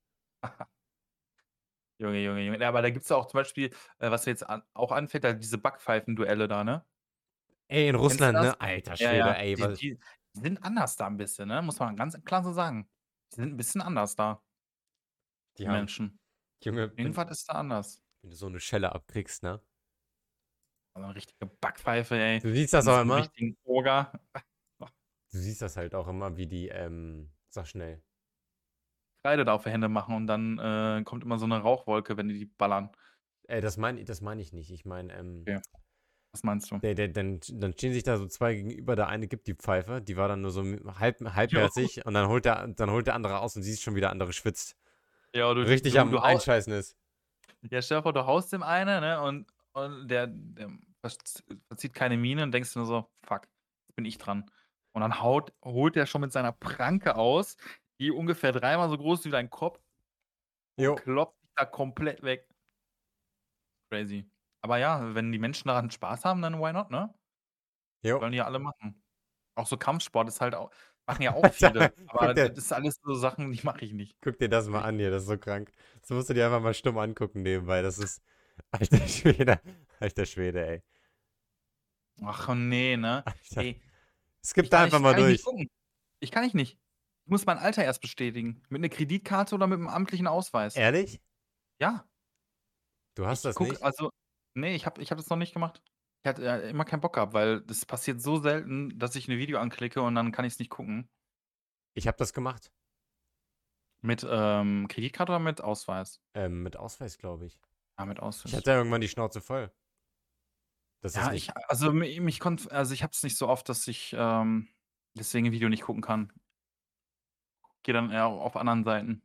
Junge, Junge, Junge. Ja, aber da gibt's ja auch zum Beispiel, äh, was mir jetzt an auch anfällt, da diese Backpfeifen-Duelle da, ne? Ey, in Kennst du Russland, das? ne? Alter Ja, Schwede, ja. ey, Die was die die sind anders da 'n bisschen, ne? Muss man ganz klar so sagen. Die sind 'n bisschen anders da, die die haben Menschen. Junge, wenn Irgendwas ist da anders. wenn du so 'ne Schelle abkriegst, ne? Aber 'ne richtige Backpfeife, ey, Du siehst das von auch so 'nem immer richtigen Oger. du siehst das halt auch immer, wie die, ähm sag schnell. Kreide da auf die Hände machen und dann, äh, kommt immer so 'ne Rauchwolke, wenn die die ballern. Äh, das meine das meine ich nicht. Ich meine, ähm, Okay, was meinst du? der der dann dann stehen sich da so zwei gegenüber, der eine gibt die Pfeife, die war dann nur so m halb Jo. halbherzig und dann holt der dann holt der andere aus und siehst schon, wie der andere schwitzt. Ja, du Richtig du am du hau Einscheißen ist. ja, stell dir vor, du haust dem eine, ne, und und der der verz verzieht keine Miene und denkst dir nur so: „Fuck, jetzt bin ich dran.“ Und dann haut holt der schon mit seiner Pranke aus, die ungefähr dreimal so groß ist wie dein Kopf und Jo, kloppt dich da komplett weg. Crazy. Aber ja, wenn die Menschen daran Spaß haben, dann why not, ne? jo. Sollen die ja alle machen. Auch so Kampfsport ist halt au machen ja auch Alter, viele, guck aber dir das ist alles so Sachen, die mache ich nicht. guck dir das mal Will ich an hier, das ist so krank. Das musst du dir einfach mal stumm angucken nebenbei. Das ist alter Schwede, alter Schwede, ey. ach ne, ne? Alter. Ey, Skip ich da kann einfach nicht mal kann ich nicht durch. gucken. Ich kann ich nicht. Ich muss mein Alter erst bestätigen. Mit 'ner Kreditkarte oder mit 'm amtlichen Ausweis. Ehrlich? Ja, Du hast ich das gucke nicht? also ne, ich habe ich habe das noch nicht gemacht. Ich hatte, äh, immer keinen Bock gehabt, weil das passiert so selten, dass ich 'ne Video anklicke und dann kann ich's nicht gucken. Ich habe das gemacht. Mit, ähm, Kreditkarte oder mit Ausweis? Ähm, mit Ausweis, glaube ich. Ah, mit Ich Ausweis. hatte irgendwann die Schnauze voll. Das ist Ja, ich nicht also, mi mich konnt also, ich habe es nicht so oft, dass ich, ähm, deswegen 'n Video nicht gucken kann. Gehe dann eher auf anderen Seiten.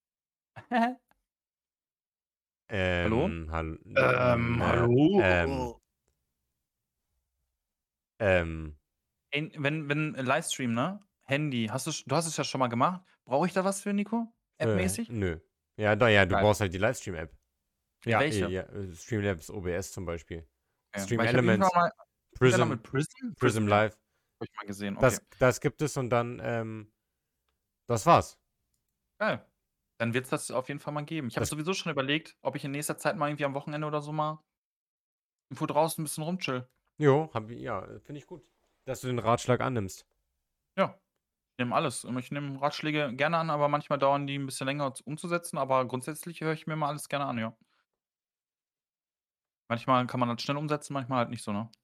Hallo? ähm, hal Ähm, ne, ähm, hallo? ähm, Ey, wenn wenn Livestream, ne? Handy, hast du sch du hast es ja schon mal gemacht. Brauche ich da was für, Nico? äh, App-mäßig? nö. Ja, doch, ja, du Geil. brauchst halt die Livestream-App. Ja, Ja, äh, welche? ja, äh, Streamlabs O B S zum Beispiel. Okay, Stream weil ich habe irgendwann Elements, mal irgendeiner Prism mit Prism? Prism Prism, ja, Live. habe ich mal gesehen, okay. Das das gibt es und dann, ähm das war's. Geil. Dann wird's das auf jeden Fall mal geben. Ich habe Das sowieso schon überlegt, ob ich in nächster Zeit mal irgendwie am Wochenende oder so mal irgendwo draußen 'n bisschen rumchill. jo, habe ja, äh, finde ich gut, dass du den Ratschlag annimmst. Ja, ich nehme alles. Ähm, ich nehme Ratschläge gerne an, aber manchmal dauern die 'n bisschen länger z umzusetzen, aber grundsätzlich höre ich mir mal alles gerne an, ja. Manchmal kann man das schnell umsetzen, manchmal halt nicht so, ne?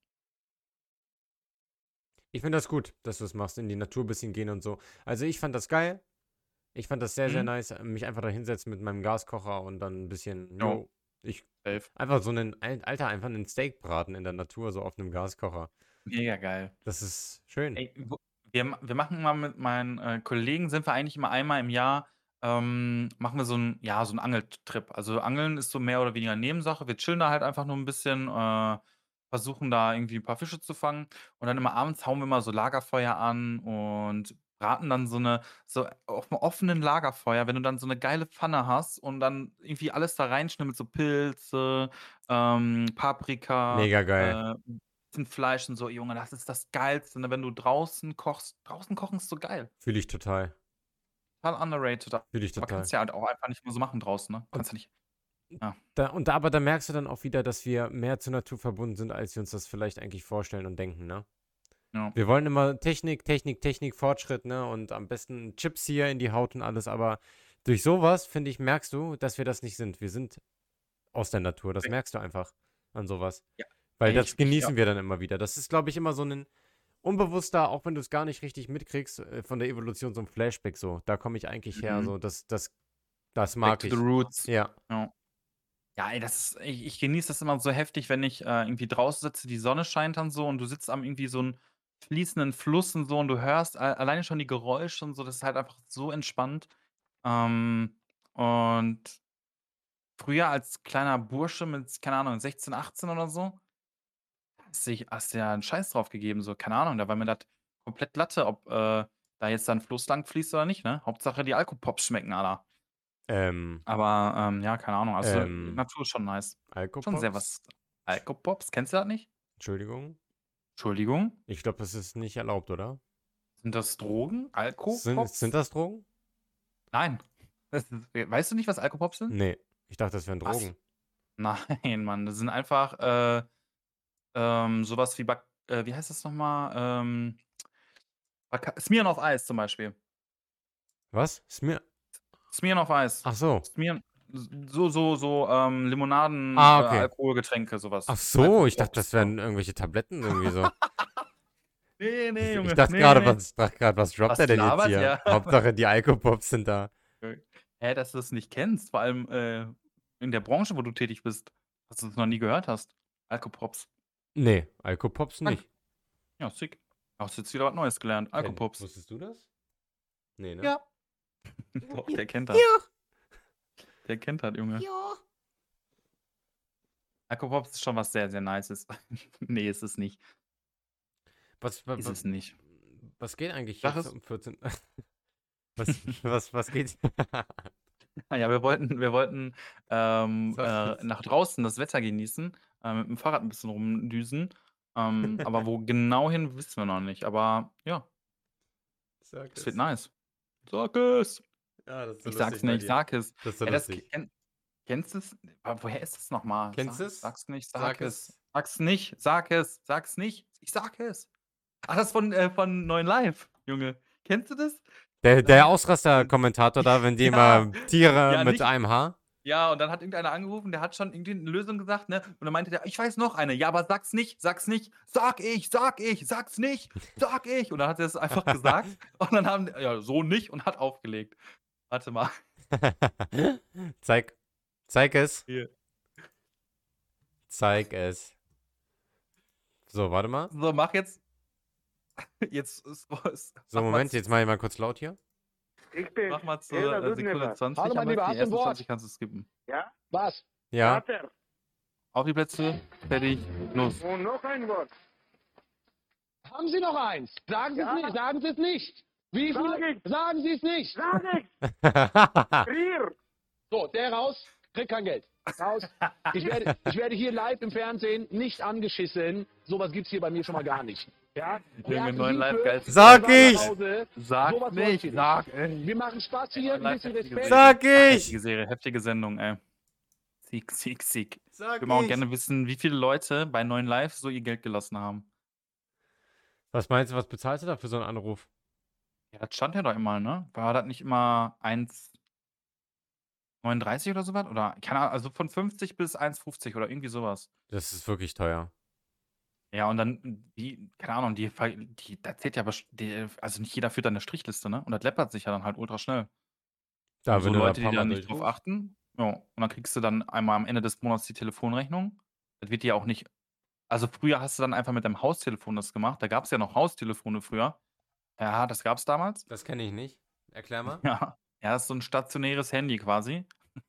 Ich finde das gut, dass du's machst, in die Natur ein bisschen gehen und so. Also, ich fand das geil. Ich fand das sehr, sehr Mhm. nice, äh, mich einfach da hinsetzen mit meinem Gaskocher und dann 'n bisschen Jo, jo, ich safe. einfach so 'nen Al Alter, einfach 'nen Steak braten in der Natur, so auf 'nem Gaskocher. Mega geil. Das ist schön. Ey, wo wir ma wir machen mal mit meinen, äh, Kollegen sind wir eigentlich immer einmal im Jahr, ähm, machen wir so 'n ja, so 'n Angeltrip. Also, Angeln ist so mehr oder weniger Nebensache. Wir chillen da halt einfach nur 'n bisschen, äh, versuchen da irgendwie 'n paar Fische zu fangen und dann immer abends hauen wir mal so Lagerfeuer an und braten dann so 'ne so auf'm offenen Lagerfeuer, wenn du dann so 'ne geile Pfanne hast und dann irgendwie alles da reinschnibbelst, so Pilze, ähm, Paprika, Mega geil. äh, bisschen Fleisch und so. Junge, das ist das Geilste, ne, wenn du draußen kochst. Draußen kochen ist so geil. Fühle ich total. Total underrated, Fühle ich aber kannst total. du ja halt auch einfach nicht mehr so machen draußen, ne? Und Kannst ja nicht ja. da und da aber da merkst du dann auch wieder, dass wir mehr zur Natur verbunden sind, als wir uns das vielleicht eigentlich vorstellen und denken, ne? Ja. Wir wollen immer Technik, Technik, Technik, Fortschritt, ne, und am besten Chips hier in die Haut und alles, aber durch so was, finde ich, merkst du, dass wir das nicht sind. Wir sind aus der Natur. Das Korrekt. merkst du einfach an so was. Ja. Weil Ey, das ich ich ja. genießen wir dann immer wieder. Das ist, glaube ich, immer so 'nen unbewusster, auch wenn du's gar nicht richtig mitkriegst, äh, von der Evolution so 'n Flashback so. Da komme ich eigentlich her, Mhm. so, das das das Back mag to the ich. roots. Ja. Ja. Ja, ey, das ist ich ich genieße das immer so heftig, wenn ich, äh, irgendwie draußen sitze, die Sonne scheint dann so und du sitzt am irgendwie so 'n fließenden Fluss und so und du hörst a alleine schon die Geräusche und so, das ist halt einfach so entspannt. Ähm, und früher als kleiner Bursche mit, keine Ahnung, sechzehn, achtzehn oder so hast dich hast ja 'n Scheiß drauf gegeben, so, keine Ahnung, da war mir das komplett Latte, ob, äh, da jetzt da 'n Fluss lang fließt oder nicht, ne? Hauptsache die Alkopops schmecken, Alter. Ähm Aber, ähm, ja, keine Ahnung, also, ähm, Natur ist schon nice. Schon sehr Alkopops? was Alkopops, kennst du das nicht? Entschuldigung? Entschuldigung? Ich glaube, das ist nicht erlaubt, oder? Sind das Drogen? Sind sind Alkopops? das Drogen? Nein. Das ist weißt du nicht, was Alkopops sind? Ne, ich dachte, das wären Was? Drogen. Nein, Mann, das sind einfach, äh, ähm, so was wie Bak äh, wie heißt das noch mal? Ähm, Baka Smirnoff Ice zum Beispiel. Was? Smir Smirnoff Ice. Ach so. Smirn s so so so, ähm, Limonaden, äh, Ah, okay. Alkoholgetränke, so was. Ach so, ich dachte, Alkopops, das so. wären irgendwelche Tabletten irgendwie so. Ne, Ich ne, ich Junge. dachte Ne, grade, ne. was ich dachte grad, was droppt Was er denn jetzt labert hier? der? Hauptsache die Alkopops sind da. Hä, dass du das nicht kennst, vor allem, äh, in der Branche, wo du tätig bist, dass du das noch nie gehört hast? Alkopops. Ne, Alkopops Krank. nicht. Ja, sick. Hast jetzt wieder was Neues gelernt. Kenn Alkopops. wusstest du das? Ne, ne? Ja. Doch, Ja, der kennt das. ja. Der kennt das, Junge. Ja. Alkopops ist schon was sehr, sehr Nices. Ne, ist es nicht. Was wa Ist wa es nicht. was geht eigentlich Sag jetzt es. um vierzehn was was was geht Ah ja, wir wollten wir wollten, ähm, Sag äh, es. nach draußen das Wetter genießen, äh, mit'm Fahrrad 'n bisschen rumdüsen. Ähm, aber wo genau hin, wissen wir noch nicht. Aber ja. Sag Es wird es. nice. Sag es. Ja, das ist so Ich sage lustig es bei nicht, dir. sag es. Das ist so Ey, das k lustig. kenn kennst du's? Aber woher ist das noch mal? Kennst Sa du's? sag's nicht, Sag sag es. es. Sag's nicht, sag es. Sag's nicht. Ich sage es. Ach, das von, äh von neun Live, Junge. Kennst du das? Der der Sag es. Ausraster-Kommentator da, wenn die Ja. immer Tiere Ja, mit nicht einem Haar? ja, und dann hat irgendeiner angerufen, der hat schon irgendwie 'ne Lösung gesagt, ne? Und dann meinte der: „Ich weiß noch eine.“ „Ja, aber sag's nicht, sag's nicht.“ „Sag ich, sag ich, sag's nicht, sag ich.“ Und dann hat er's einfach gesagt und dann haben ja, so nicht und hat aufgelegt. Warte mal. Zeig zeig es. Hier. Zeig es. So, warte mal. So, mach jetzt jetzt ist So, mach mal Moment, z jetzt mache ich mal kurz laut hier. Ich bin's. Mach mal zur, Jeder äh, Sekunde Dudnever. zwanzig, Hallo, mein aber Lieber, die hast du ein ersten Wort? zwanzig kannst du skippen. Ja? Was? Ja. Vater. Auf die Plätze, fertig, los. Und noch ein Wort. Haben Sie noch eins? Sagen Sie es Ja. nicht. Sagen Sie es nicht. Wie Sag viele? ich. Sagen Sie es nicht. Sag ich. Frier. So, der raus, kriegt kein Geld. Raus. Ich werde, ich werde hier live im Fernsehen nicht angeschissen. Sowas gibt's hier bei mir schon mal gar nicht. Ja? Junge, neuen Liebe, Live-Geist. Sag fahren nach ich! Hause. Sag Sowas nicht, läuft hier sag ey. Wir machen Spaß hier, ein Live bisschen heftige Respekt. Serie. Sag ich! Heftige Serie, heftige Sendung, ey. Sieg, Sieg, Sieg. Ich Sag würde mal auch ich! gerne wissen, wie viele Leute bei neun Live so ihr Geld gelassen haben. Was meinst du, was bezahlst du da für so 'n Anruf? Ja, das stand ja da immer, ne? War das nicht immer eins neununddreißig oder so was? Oder keine Ahnung, also von fünfzig bis eins fünfzig oder irgendwie so was. Das ist wirklich teuer. Ja, und dann die keine Ahnung, die ver die da zählt ja best die also nicht jeder führt da 'ne Strichliste, ne? Und das läppert sich ja dann halt ultra schnell. Da, Und so wenn du da Leute, die paar da Mal nicht drauf durchrufst? achten ja, und dann kriegst du dann einmal am Ende des Monats die Telefonrechnung. Das wird dir auch nicht also früher hast du dann einfach mit deinem Haustelefon das gemacht. Da gab's ja noch Haustelefone früher. Ja, das gab's damals. Das kenne ich nicht. Erklär mal. Ja. Ja, das ist so 'n stationäres Handy quasi.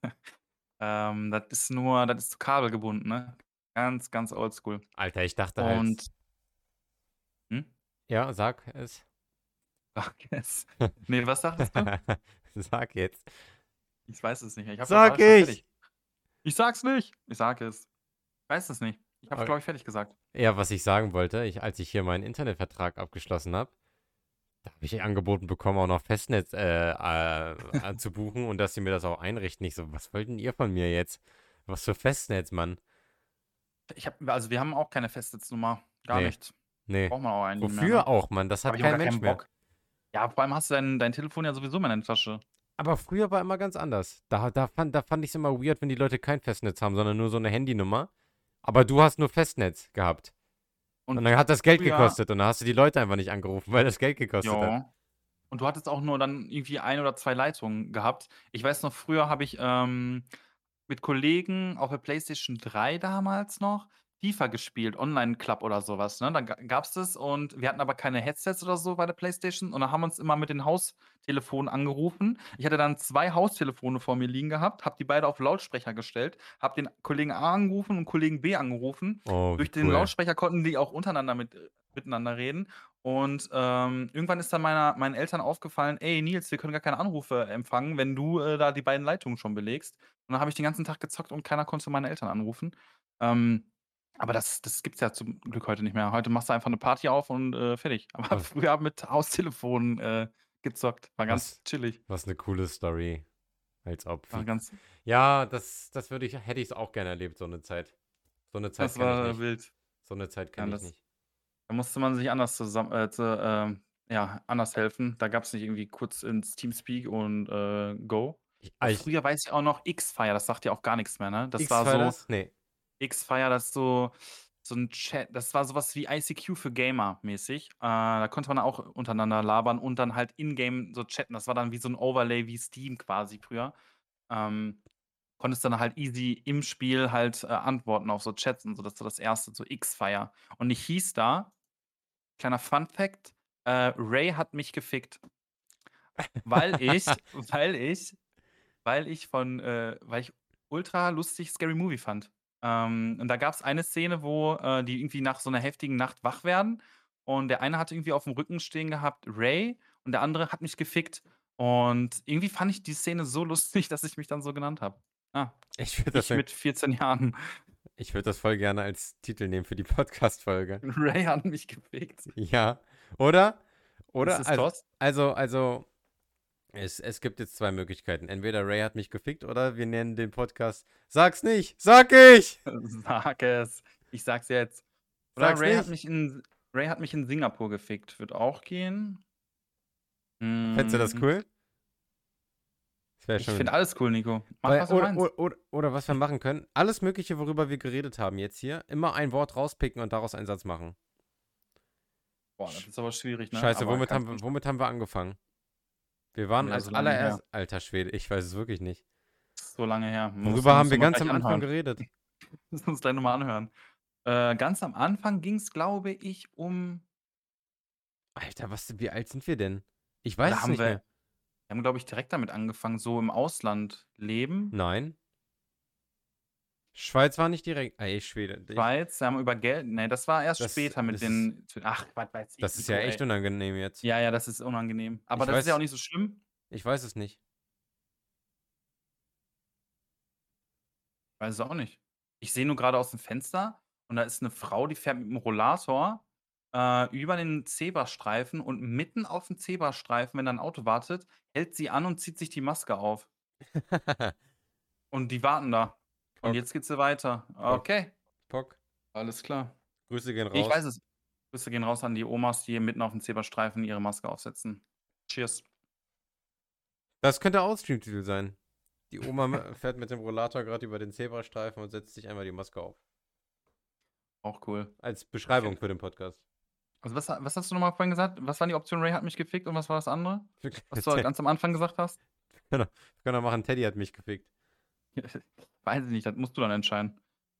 Ähm, das ist nur das ist zu Kabel gebunden, ne? Ganz, ganz oldschool. Alter, ich dachte halt. Und hm? Ja, sag es. Sag es. Ne, was sagtest du? Sag jetzt. Ich weiß es nicht mehr. Ich habe Sag war schon ich! fertig. Ich sag's nicht. Ich sage es. Ich weiß es nicht. Ich habe es, Okay. glaube ich, fertig gesagt. Ja, was ich sagen wollte, ich, als ich hier meinen Internetvertrag abgeschlossen habe, da habe ich angeboten bekommen, auch noch Festnetz äh, äh, zu buchen und dass sie mir das auch einrichten. Ich so, was wollten ihr von mir jetzt? Was für Festnetz, Mann? Ich habe also, wir haben auch keine Festnetznummer. Gar Nee, nicht. nee. Braucht man auch eigentlich nicht mehr, Wofür ne? auch, Mann? Das Habe hat ich auch kein gar Mensch keinen mehr. Bock. Ja, vor allem hast du dein dein Telefon ja sowieso immer in der Tasche. Aber früher war immer ganz anders. Da, da fand, da fand ich es immer weird, wenn die Leute kein Festnetz haben, sondern nur so eine Handynummer. Aber du hast nur Festnetz gehabt. Und, Und dann hat das Geld früher gekostet und dann hast du die Leute einfach nicht angerufen, weil das Geld gekostet hat. ja. Und du hattest auch nur dann irgendwie ein oder zwei Leitungen gehabt. Ich weiß noch, früher habe ich, ähm, mit Kollegen auf der PlayStation drei damals noch FIFA gespielt, Online Club oder so was, ne? Dann ga gab's das und wir hatten aber keine Headsets oder so bei der PlayStation und dann haben wir uns immer mit den Haustelefonen angerufen. Ich hatte dann zwei Haustelefone vor mir liegen gehabt, habe die beide auf Lautsprecher gestellt, habe den Kollegen A angerufen und Kollegen B angerufen. Oh, wie Durch den cool. Lautsprecher konnten die auch untereinander mit äh, miteinander reden. Und, ähm, irgendwann ist dann meiner meinen Eltern aufgefallen: „Ey Nils, wir können gar keine Anrufe empfangen, wenn du, äh, da die beiden Leitungen schon belegst.“ Und dann habe ich den ganzen Tag gezockt und keiner konnte meine Eltern anrufen. Ähm, aber das das gibt's ja zum Glück heute nicht mehr. Heute machst du einfach 'ne Party auf und, äh, fertig. Aber Was, früher mit Haustelefon, äh, gezockt. War ganz was, chillig. was eine coole Story. Als ob. War Wie, ganz ja, das, das würde ich, hätte ich es auch gerne erlebt, so eine Zeit. So eine Zeit das kenne ich war nicht. wild. So eine Zeit Ja, kenne ich das nicht. da musste man sich anders zusammen äh, zu ähm, ja, anders helfen. Da gab's nicht irgendwie kurz ins Teamspeak und, äh, Go. Ich, ah, Aber ich, früher weiß ich auch noch X-Fire, das sagt dir auch gar nix mehr, ne? Das war X-File so das? Nee. X-Fire, das ist so so 'n Chat, das war so was wie I C Q für Gamer mäßig. Äh, da konnte man auch untereinander labern und dann halt in-game so chatten. Das war dann wie so 'n Overlay wie Steam quasi früher. Ähm, konntest dann halt easy im Spiel halt, äh, antworten auf so Chats und so. Das war das erste, so X-Fire. Und ich hieß da, kleiner Fun Fact, äh, Ray hat mich gefickt, weil ich weil ich weil ich von äh, weil ich ultra lustig Scary Movie fand. Ähm, und da gab's eine Szene, wo, äh, die irgendwie nach so 'ner heftigen Nacht wach werden und der eine hat irgendwie auf'm Rücken stehen gehabt Ray und der andere hat mich gefickt. Und irgendwie fand ich die Szene so lustig, dass ich mich dann so genannt habe. Ah, Ich würde das, ich mit vierzehn Jahren. ich würd das voll gerne als Titel nehmen für die Podcast-Folge. Ray hat mich gefickt. Ja. Oder? Ist Oder? das Also, Toss? also, also es, es gibt jetzt zwei Möglichkeiten. Entweder Ray hat mich gefickt oder wir nennen den Podcast Sag's nicht! Sag ich! Sag es. Ich sag's jetzt. Oder Sag's Ray hat nicht! mich in Ray hat mich in Singapur gefickt. Wird auch gehen. Fändest du das Hm, cool? Das wäre ich schon. finde alles cool, Nico. Mach, Weil, was du oder, meinst. oder, oder, oder was wir machen können, alles Mögliche, worüber wir geredet haben jetzt hier, immer ein Wort rauspicken und daraus einen Satz machen. Boah, das ist aber schwierig, ne? Scheiße, Aber womit kannst haben, du wir, schon. womit haben wir angefangen? Wir waren Ja, als so lange her. allererst. Alter Schwede, ich weiß es wirklich nicht. So lange her. Muss Worüber haben musst wir du mal ganz gleich am Anfang anhören. geredet? Müssen wir uns gleich noch mal anhören. Äh, ganz am Anfang ging's, glaube ich, um Alter, was, wie alt sind wir denn? Ich da weiß es haben nicht wir mehr. wir haben, glaube ich, direkt damit angefangen, so im Ausland leben. Nein. Schweiz war nicht direkt. Ey, Schwede. Ich, Schweiz, wir haben über Geld ne, das war erst das, später mit das, ist, den ach, was weiß ich, das ist Nico, ja echt ey. unangenehm jetzt. Ja, ja, das ist unangenehm. Aber Ich das ist ja auch weiß, nicht so schlimm. ich weiß es nicht. Weiß es auch nicht. Ich sehe nur gerade aus dem Fenster und da ist eine Frau, die fährt mit 'm Rollator, äh, über den Zebrastreifen und mitten auf dem Zebrastreifen, wenn da 'n Auto wartet, hält sie an und zieht sich die Maske auf. Und die warten da. Und Pock, jetzt geht sie weiter. Pock, Okay, Pock. alles klar. Grüße gehen Ich weiß raus. es. Grüße gehen raus an die Omas, die mitten auf dem Zebrastreifen ihre Maske aufsetzen. Cheers. Das könnte auch Streamtitel sein. Die Oma m- fährt mit dem Rollator gerade über den Zebrastreifen und setzt sich einmal die Maske auf. Auch cool. Als Ich Beschreibung finde für den Podcast. also, was was hast du noch mal vorhin gesagt? Was waren die Optionen? Ray hat mich gefickt und was war das andere? Was du ganz am Anfang gesagt hast? Genau. Wir können auch machen, Teddy hat mich gefickt. Weiß ich nicht, das musst du dann entscheiden.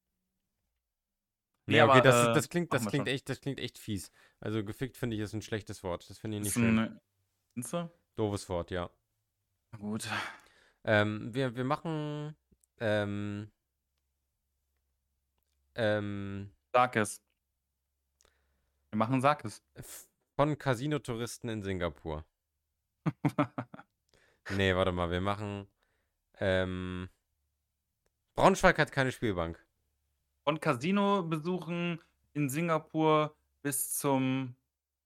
Nee, Ne, okay, aber, das, ist, äh, das, klingt, das, machen wir klingt schon. echt, das klingt echt fies. Also gefickt finde ich ist ein schlechtes Wort. Das finde ich nicht Ist schön. 'n findest du? Doofes Wort, ja. Gut. Ähm, wir, wir machen ähm, ähm, Sag es. Wir machen Sag es. f- von Casino-Touristen in Singapur. Nee, warte mal, wir machen ähm, Braunschweig hat keine Spielbank. Von Casino-Besuchen in Singapur bis zum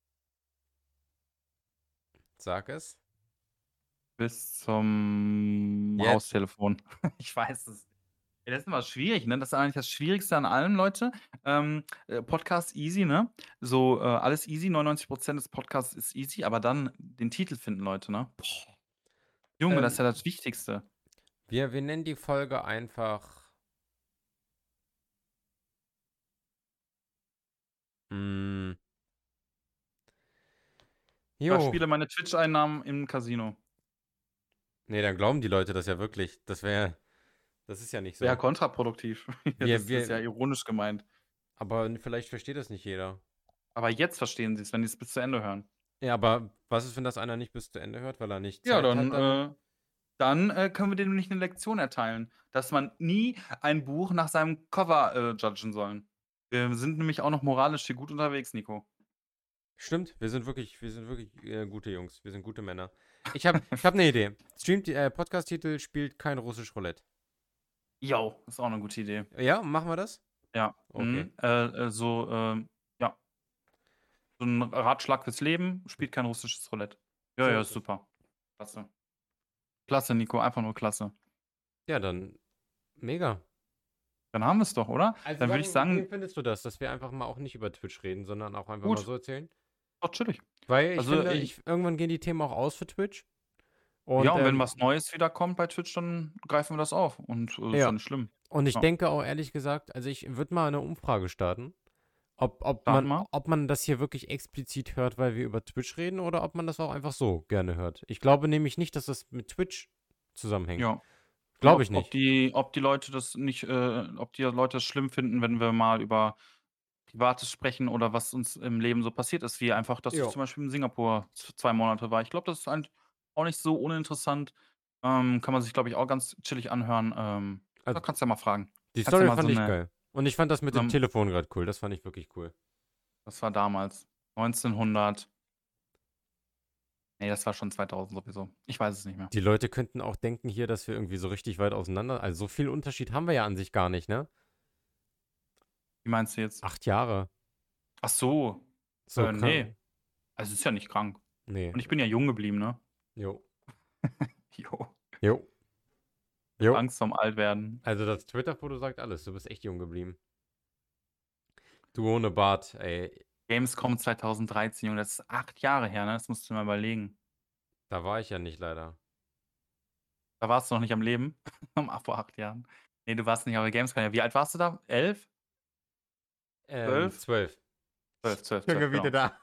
Sag es. bis zum Jetzt. Haustelefon. Ich weiß es. Ja, das ist immer schwierig, ne? Das ist eigentlich das Schwierigste an allem, Leute. Ähm, äh, Podcast easy, ne? So, äh, alles easy, neunundneunzig Prozent des Podcasts ist easy, aber dann den Titel finden, Leute, ne? Boah. Junge, das ist Ähm, ja das Wichtigste. wir, wir nennen die Folge einfach. Mh, jo. Verspiele meine Twitch-Einnahmen im Casino. Nee, dann glauben die Leute das ja wirklich. Das wäre. Das ist ja nicht so. Wäre kontraproduktiv. Wir- Das wir- ist ja ironisch gemeint. Aber vielleicht versteht das nicht jeder. Aber jetzt verstehen sie es, wenn die es bis zu Ende hören. Ja, aber was ist, wenn das einer nicht bis zu Ende hört, weil er nicht Ja, Zeit dann, hat? Dann äh, dann äh, können wir dem nicht eine Lektion erteilen, dass man nie ein Buch nach seinem Cover äh, judgen sollen. Wir sind nämlich auch noch moralisch hier gut unterwegs, Nico. Stimmt, wir sind wirklich, wir sind wirklich äh, gute Jungs. Wir sind gute Männer. Ich habe ich hab eine Idee. Streamt, äh, Podcast-Titel spielt kein russisch Roulette. Jo, ist auch eine gute Idee. Ja, machen wir das? Ja. Okay. Mhm. Äh, äh, so, ähm, ja. So ein Ratschlag fürs Leben, spielt kein russisches Roulette. Ja, So ja, ist ist es. super. Klasse. Klasse, Nico, einfach nur klasse. Ja, dann mega. Dann haben wir es doch, oder? Also Dann würde ich Wie sagen, findest du das, dass wir einfach mal auch nicht über Twitch reden, sondern auch einfach Gut. mal so erzählen? doch chillig. Weil ich Also, finde, ich- ich, irgendwann gehen die Themen auch aus für Twitch. Und, ja, und wenn ähm, was Neues wieder kommt bei Twitch, dann greifen wir das auf. Und äh, ist Ja. ja nicht schlimm. Und ich Ja. denke auch ehrlich gesagt, also ich würde mal eine Umfrage starten, ob, ob, Start man, mal. ob man das hier wirklich explizit hört, weil wir über Twitch reden, oder ob man das auch einfach so gerne hört. Ich glaube nämlich nicht, dass das mit Twitch zusammenhängt. Ja. Glaube Ob- ich nicht. Ob die, ob die Leute das nicht, äh, ob die Leute es schlimm finden, wenn wir mal über Privates sprechen oder was uns im Leben so passiert ist, wie einfach, dass Ja. ich zum Beispiel in Singapur z- zwei Monate war. Ich glaube, das ist eigentlich auch nicht so uninteressant. Ähm, kann man sich, glaube ich, auch ganz chillig anhören. Ähm, Also, da kannst du ja mal fragen. die kannst ja Story mal fand so ich eine- geil. Und ich fand das mit so dem ein- Telefon gerade cool. Das fand ich wirklich cool. Das war damals. neunzehnhundert. Nee, das war schon zweitausend sowieso. Ich weiß es nicht mehr. Die Leute könnten auch denken hier, dass wir irgendwie so richtig weit auseinander. Also so viel Unterschied haben wir ja an sich gar nicht, ne? Wie meinst du jetzt? Acht Jahre. Ach so. So Äh, krank. nee. Also, ist ja nicht krank. Nee. Und ich bin ja jung geblieben, ne? Jo. Jo. Jo. Jo. Angst vorm Altwerden. Also das Twitter-Foto sagt alles. Du bist echt jung geblieben. Du ohne Bart, ey. Gamescom zweitausenddreizehn, Junge, das ist acht Jahre her, ne? Das musst du dir mal überlegen. Da war ich ja nicht leider. Da warst du noch nicht am Leben. Vor acht Jahren. Nee, du warst nicht auf der Gamescom. Ja, wie alt warst du da? Elf? Ähm, Zwölf? Zwölf. Zwölf, zwölf, Junge, zwölf, wieder genau. da.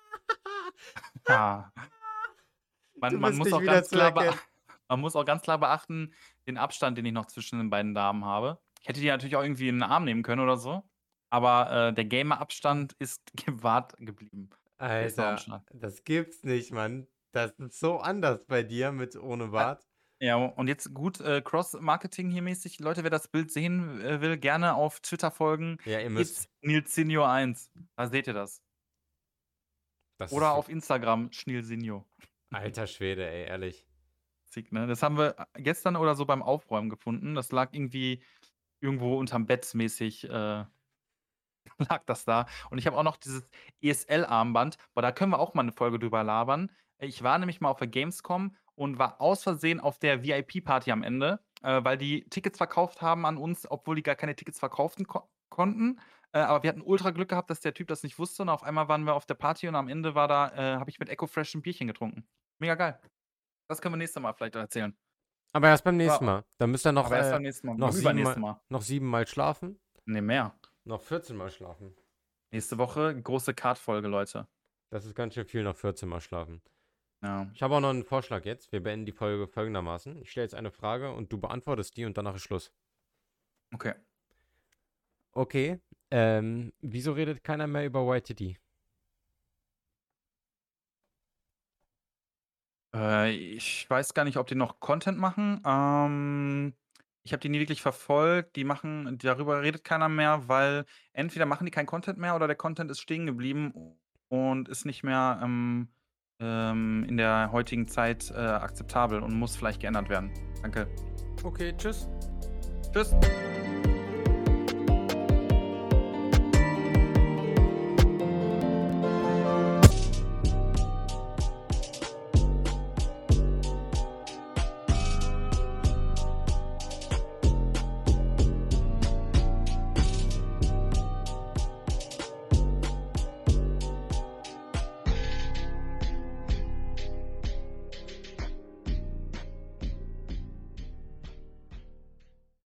Ah. Man, Du man, bist muss nicht auch wieder ganz zu klar bea- erkennen. man muss auch ganz klar beachten, den Abstand, den ich noch zwischen den beiden Damen habe. Ich hätte die natürlich auch irgendwie in den Arm nehmen können oder so. Aber äh, der Gamer-Abstand ist gewahrt geblieben. Der ist noch am Alter, Start. das gibt's nicht, Mann. Das ist so anders bei dir mit ohne Bart. Ja, und jetzt gut, äh, Cross-Marketing hier mäßig. Leute, wer das Bild sehen äh, will, gerne auf Twitter folgen. Ja, ihr müsst. It's Nilsinho eins. Da seht ihr das. Das Oder ist so- auf Instagram, Schnilsinho. Alter Schwede, ey, ehrlich. Sick, ne? Das haben wir gestern oder so beim Aufräumen gefunden. Das lag irgendwie irgendwo unterm Bett mäßig, äh, lag das da. Und ich habe auch noch dieses E S L-Armband, aber da können wir auch mal eine Folge drüber labern. Ich war nämlich mal auf der Gamescom und war aus Versehen auf der V I P-Party am Ende, äh, weil die Tickets verkauft haben an uns, obwohl die gar keine Tickets verkaufen ko konnten. Äh, aber wir hatten ultra Glück gehabt, dass der Typ das nicht wusste und auf einmal waren wir auf der Party und am Ende war da, äh, habe ich mit Echo Fresh ein Bierchen getrunken. Mega geil. Das können wir nächstes Mal vielleicht erzählen. Aber erst beim nächsten Ja. Mal. Dann müsst ihr noch, Aber erst äh, beim nächsten Mal. noch, Beim sieben übernächsten mal, Mal. noch sieben Mal schlafen. Nee, mehr. Noch vierzehn Mal schlafen. Nächste Woche große Card-Folge, Leute. Das ist ganz schön viel, noch vierzehn Mal schlafen. Ja. Ich habe auch noch einen Vorschlag jetzt. Wir beenden die Folge folgendermaßen. Ich stelle jetzt eine Frage und du beantwortest die und danach ist Schluss. Okay. Okay. Ähm, wieso redet keiner mehr über Waititi? Äh, ich weiß gar nicht, ob die noch Content machen. Ähm, ich habe die nie wirklich verfolgt. Die machen darüber redet keiner mehr, weil entweder machen die keinen Content mehr oder der Content ist stehen geblieben und ist nicht mehr, ähm, ähm, in der heutigen Zeit, äh, akzeptabel und muss vielleicht geändert werden. Danke. Okay, tschüss. Tschüss.